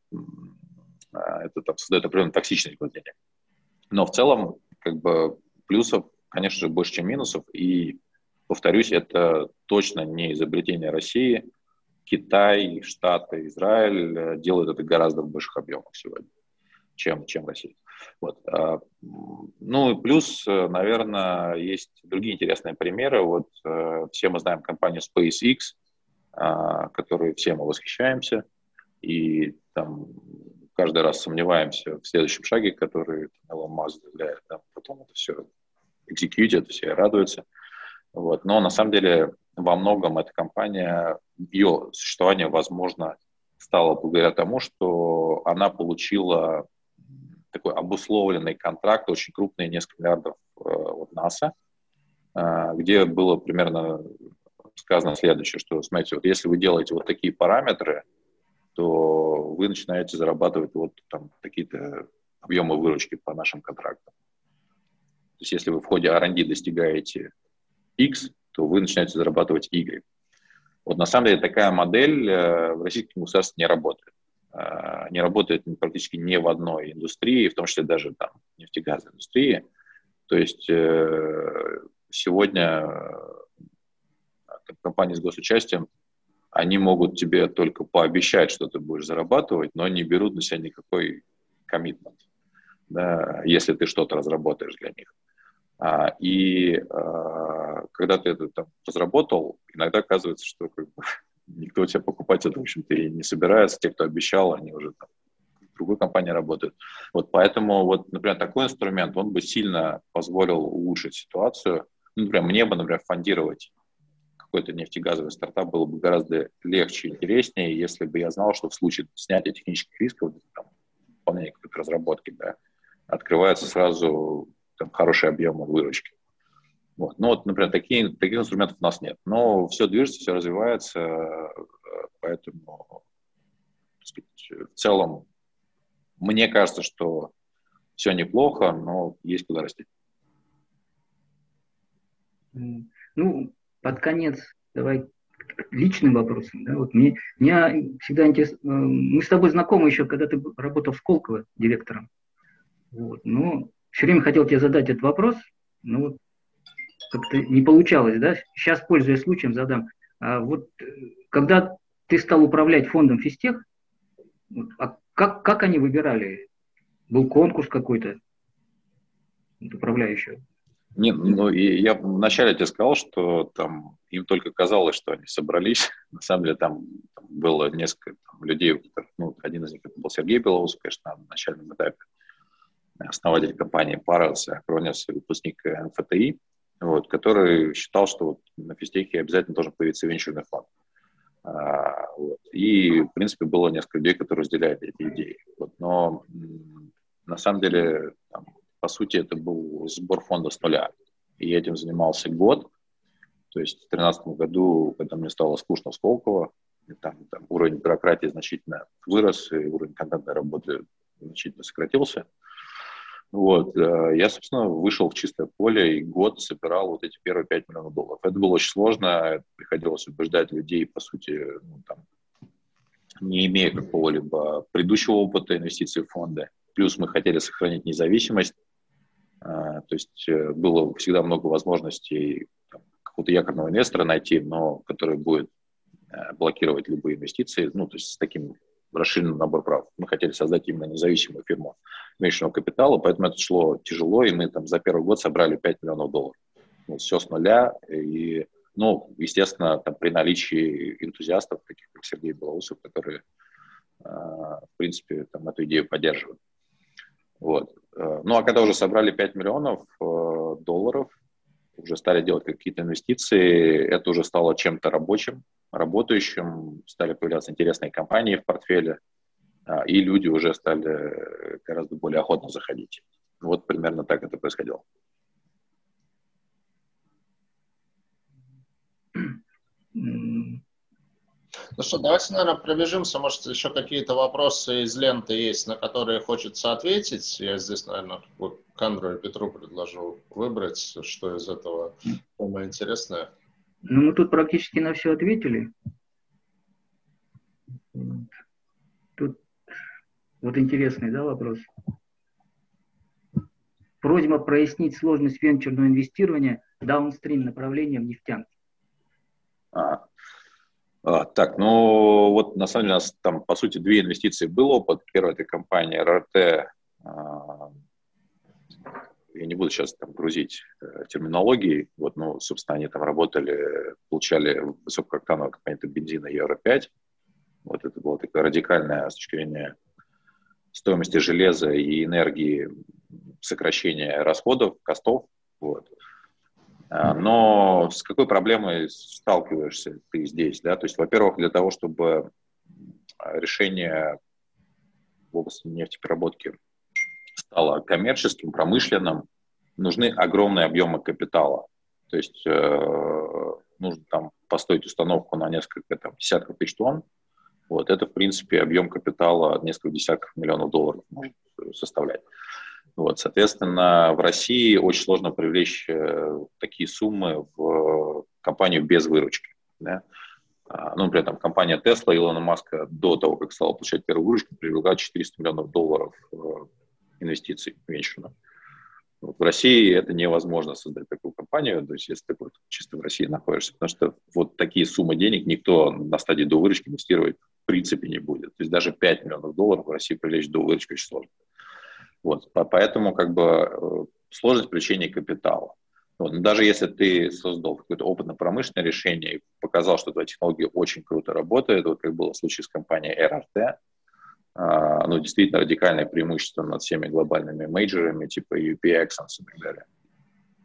там создает определенную токсичность денег. Но в целом, плюсов, конечно же, больше, чем минусов. И, повторюсь, это точно не изобретение России. Китай, Штаты, Израиль делают это гораздо в больших объемах сегодня, чем Россия. Вот. Ну и плюс, наверное, есть другие интересные примеры. Вот все мы знаем компанию SpaceX, которой все мы восхищаемся, и там каждый раз сомневаемся в следующем шаге, который Илон Маск заявляет, да, потом это все экзекьютит, все радуются. Вот. Но на самом деле во многом эта компания, ее существование, возможно, стало благодаря тому, что она получила такой обусловленный контракт, очень крупный, несколько миллиардов от НАСА, где было примерно сказано следующее, что, смотрите, вот если вы делаете вот такие параметры, то вы начинаете зарабатывать вот там какие-то объемы выручки по нашим контрактам. То есть если вы в ходе R&D достигаете X, то вы начинаете зарабатывать Y. Вот на самом деле такая модель в российском государстве не работает. Не работает практически ни в одной индустрии, в том числе даже там нефтегазовой индустрии. То есть сегодня компании с госучастием, они могут тебе только пообещать, что ты будешь зарабатывать, но не берут на себя никакой коммитмент, да, если ты что-то разработаешь для них. Когда ты это там разработал, иногда оказывается, что никто тебя покупать это, в общем-то, и не собирается. Те, кто обещал, они уже там в другой компании работают. Вот поэтому, вот, например, такой инструмент, он бы сильно позволил улучшить ситуацию. Ну, например, мне бы, например, фондировать какой-то нефтегазовый стартап было бы гораздо легче и интереснее, если бы я знал, что в случае снятия технических рисков, там, выполнения какой-то разработки, да, открывается сразу там, хороший объем выручки. Вот. Ну вот, например, таких инструментов у нас нет. Но все движется, все развивается, поэтому, так сказать, в целом, мне кажется, что все неплохо, но есть куда расти. Ну, под конец давай личным вопросом. Да? Вот меня всегда интересно, мы с тобой знакомы еще, когда ты работал в Сколково директором. Вот. Но все время хотел тебе задать этот вопрос, но вот как-то не получалось. Да? Сейчас, пользуясь случаем, задам. Вот когда ты стал управлять фондом Фистех, как они выбирали? Был конкурс какой-то управляющего? Нет, ну, и я вначале тебе сказал, что там им только казалось, что они собрались. На самом деле там было несколько людей, ну, один из них это был Сергей Белоусов, конечно, на начальном этапе, основатель компании Paras, Acronis, выпускник МФТИ, вот, который считал, что вот на Фистехе обязательно должен появиться венчурный фонд. Вот. И, в принципе, было несколько людей, которые разделяют эти идеи. Вот. Но на самом деле, там, по сути, это был сбор фонда с нуля. И я этим занимался год. То есть в 2013 году, когда мне стало скучно в Сколково, там уровень бюрократии значительно вырос, и уровень контентной работы значительно сократился. Вот. Я, собственно, вышел в чистое поле и год собирал вот эти первые $5 миллионов. Это было очень сложно, приходилось убеждать людей, по сути, ну, там, не имея какого-либо предыдущего опыта инвестиций в фонды. Плюс мы хотели сохранить независимость, то есть было всегда много возможностей какого-то якорного инвестора найти, но который будет блокировать любые инвестиции, ну, то есть с таким расширенным набором прав. Мы хотели создать именно независимую фирму меньшего капитала, поэтому это шло тяжело, и мы там за первый год собрали $5 миллионов. Вот, все с нуля, и, ну, естественно, там, при наличии энтузиастов, таких как Сергей Белоусов, которые, в принципе, там, эту идею поддерживают. Вот. Ну, а когда уже собрали $5 миллионов, уже стали делать какие-то инвестиции, это уже стало чем-то рабочим, работающим, стали появляться интересные компании в портфеле, и люди уже стали гораздо более охотно заходить. Вот примерно так это происходило. Ну что, давайте, наверное, пробежимся. Может, еще какие-то вопросы из ленты есть, на которые хочется ответить. Я здесь, наверное, вот Кандру и Петру предложу выбрать, что из этого самое интересное. Ну, мы тут практически на все ответили. Тут вот интересный, да, вопрос. Просьба прояснить сложность венчурного инвестирования даунстрим направления в нефтянке. Так, ну вот на самом деле у нас там, по сути, две инвестиции был опыт. Первая — это компания РРТ. Я не буду сейчас там грузить терминологией. Вот, ну, собственно, они там работали, получали высокооктановую компоненту бензина Евро-5. Вот это было такое радикальное с точки зрения стоимости железа и энергии сокращение расходов, костов. Вот. Но с какой проблемой сталкиваешься ты здесь? Да? То есть, во-первых, для того, чтобы решение в области нефтепереработки стало коммерческим, промышленным, нужны огромные объемы капитала. То есть нужно там построить установку на несколько десятков тысяч тонн. Вот, это, в принципе, объем капитала несколько десятков миллионов долларов может составлять. Вот, соответственно, в России очень сложно привлечь такие суммы в компанию без выручки. Да? Ну, например, там, компания Tesla Илона Маска до того, как стала получать первую выручку, привлекла $400 миллионов инвестиций венчурных. Вот в России это невозможно создать такую компанию, то есть если ты чисто в России находишься, потому что вот такие суммы денег никто на стадии до выручки инвестировать в принципе не будет. То есть даже $5 миллионов в России привлечь до выручки очень сложно. Вот, поэтому как бы сложность привлечения капитала. Вот, даже если ты создал какое-то опытно-промышленное решение и показал, что твоя технология очень круто работает, вот как было в случае с компанией РРТ, ну, действительно радикальное преимущество над всеми глобальными мейджорами, типа UPX и так далее.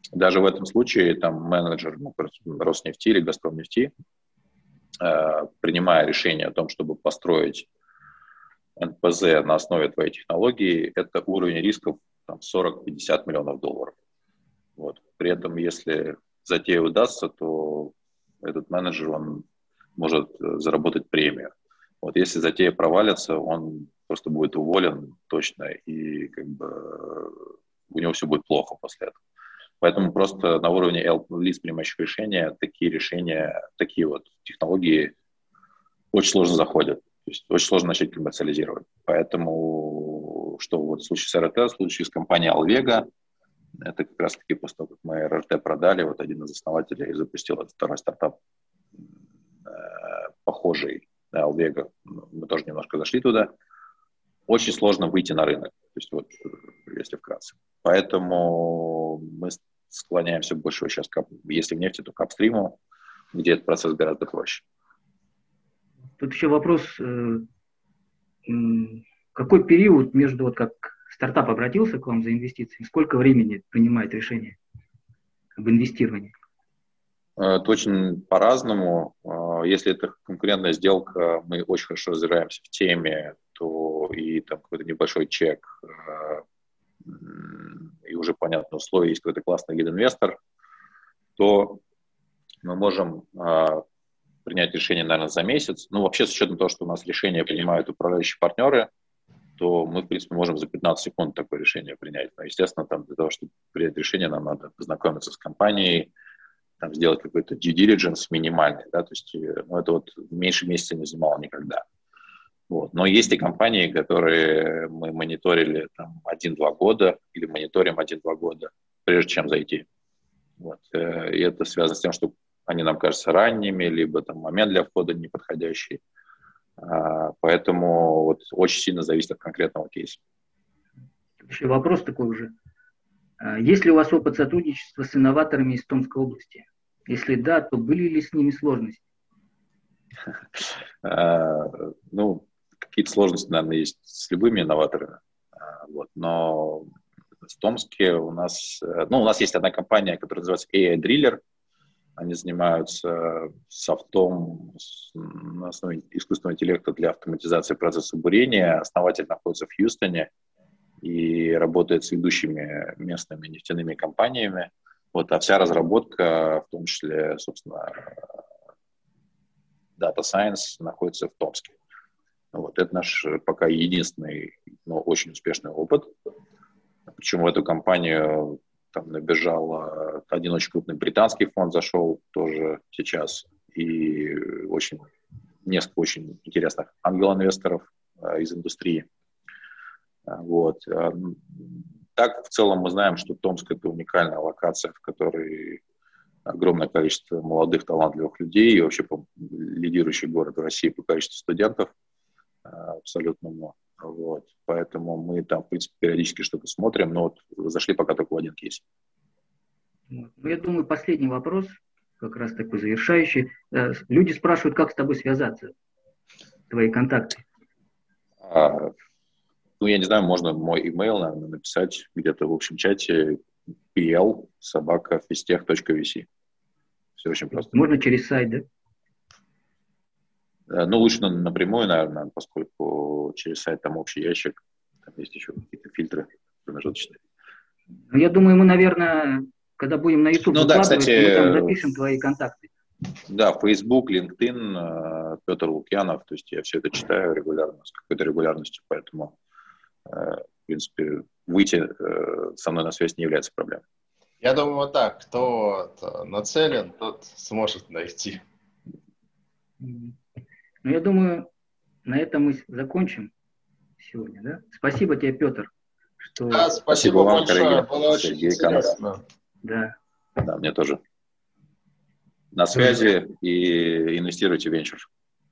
Даже в этом случае там менеджер Роснефти или Газпромнефти, принимая решение о том, чтобы построить НПЗ на основе твоей технологии, это уровень рисков 40-50 миллионов долларов. Вот. При этом, если затея удастся, то этот менеджер, он может заработать премию. Вот. Если затея провалится, он просто будет уволен точно, и как бы у него все будет плохо после этого. Поэтому просто на уровне лиц, принимающих решения, такие решения, такие вот технологии очень сложно заходят. То есть очень сложно начать коммерциализировать. Поэтому, что вот в случае с РТ, в случае с компанией Alvega, это как раз-таки после того, как мы РТ продали, вот один из основателей запустил этот второй стартап, похожий на Alvega. Мы тоже немножко зашли туда. Очень сложно выйти на рынок, то есть вот, если вкратце. Поэтому мы склоняемся больше сейчас, если в нефти, то к апстриму, где этот процесс гораздо проще. Тут еще вопрос, какой период между, вот как стартап обратился к вам за инвестициями, сколько времени принимает решение об инвестировании? Это очень по-разному. Если это конкурентная сделка, мы очень хорошо разбираемся в теме, то и там какой-то небольшой чек, и уже понятные условия, есть какой-то классный лид-инвестор, то мы можем принять решение, наверное, за месяц. Ну, вообще, с учетом того, что у нас решение принимают управляющие партнеры, то мы, в принципе, можем за 15 секунд такое решение принять. Но, естественно, там, для того, чтобы принять решение, нам надо познакомиться с компанией, там, сделать какой-то due diligence минимальный, да, то есть, ну, это вот меньше месяца не занимало никогда. Вот. Но есть и компании, которые мы мониторили там 1-2 года или мониторим 1-2 года, прежде чем зайти. Вот. И это связано с тем, что они нам кажутся ранними, либо там момент для входа неподходящий. Поэтому вот очень сильно зависит от конкретного кейса. Еще вопрос такой уже. Есть ли у вас опыт сотрудничества с инноваторами из Томской области? Если да, то были ли с ними сложности? Ну, какие-то сложности, наверное, есть с любыми инноваторами. Вот. Но в Томске у нас есть одна компания, которая называется AI Driller. Они занимаются софтом на основе искусственного интеллекта для автоматизации процесса бурения. Основатель находится в Хьюстоне и работает с ведущими местными нефтяными компаниями. Вот, а вся разработка, в том числе, собственно, Data Science, находится в Томске. Вот, это наш пока единственный, но очень успешный опыт. Причем в эту компанию там набежал один очень крупный британский фонд, зашел тоже сейчас, и несколько очень интересных ангел-инвесторов из индустрии. Вот. Так, в целом, мы знаем, что Томск – это уникальная локация, в которой огромное количество молодых, талантливых людей, и вообще лидирующий город в России по количеству студентов абсолютному. Вот. Поэтому мы там, в принципе, периодически что-то смотрим, но вот зашли пока только в один кейс. Ну, я думаю, последний вопрос, как раз такой завершающий. Люди спрашивают, как с тобой связаться, твои контакты. Ну, я не знаю, можно мой имейл, наверное, написать где-то в общем чате pl@fistech.vc. Все очень просто. Можно через сайт, да? Ну, лучше напрямую, наверное, поскольку через сайт там общий ящик, там есть еще какие-то фильтры промежуточные. Ну, я думаю, мы, наверное, когда будем на YouTube выкладывать, мы там запишем твои контакты. Да, Facebook, LinkedIn, Петр Лукьянов, то есть я все это читаю регулярно, с какой-то регулярностью, поэтому, в принципе, выйти со мной на связь не является проблемой. Я думаю, вот так, кто нацелен, тот сможет найти. Ну, я думаю, на этом мы закончим сегодня, да? Спасибо тебе, Петр. Да, спасибо вам, большое, коллеги. было очень интересно. Да. Да, мне тоже. На связи и инвестируйте в венчур.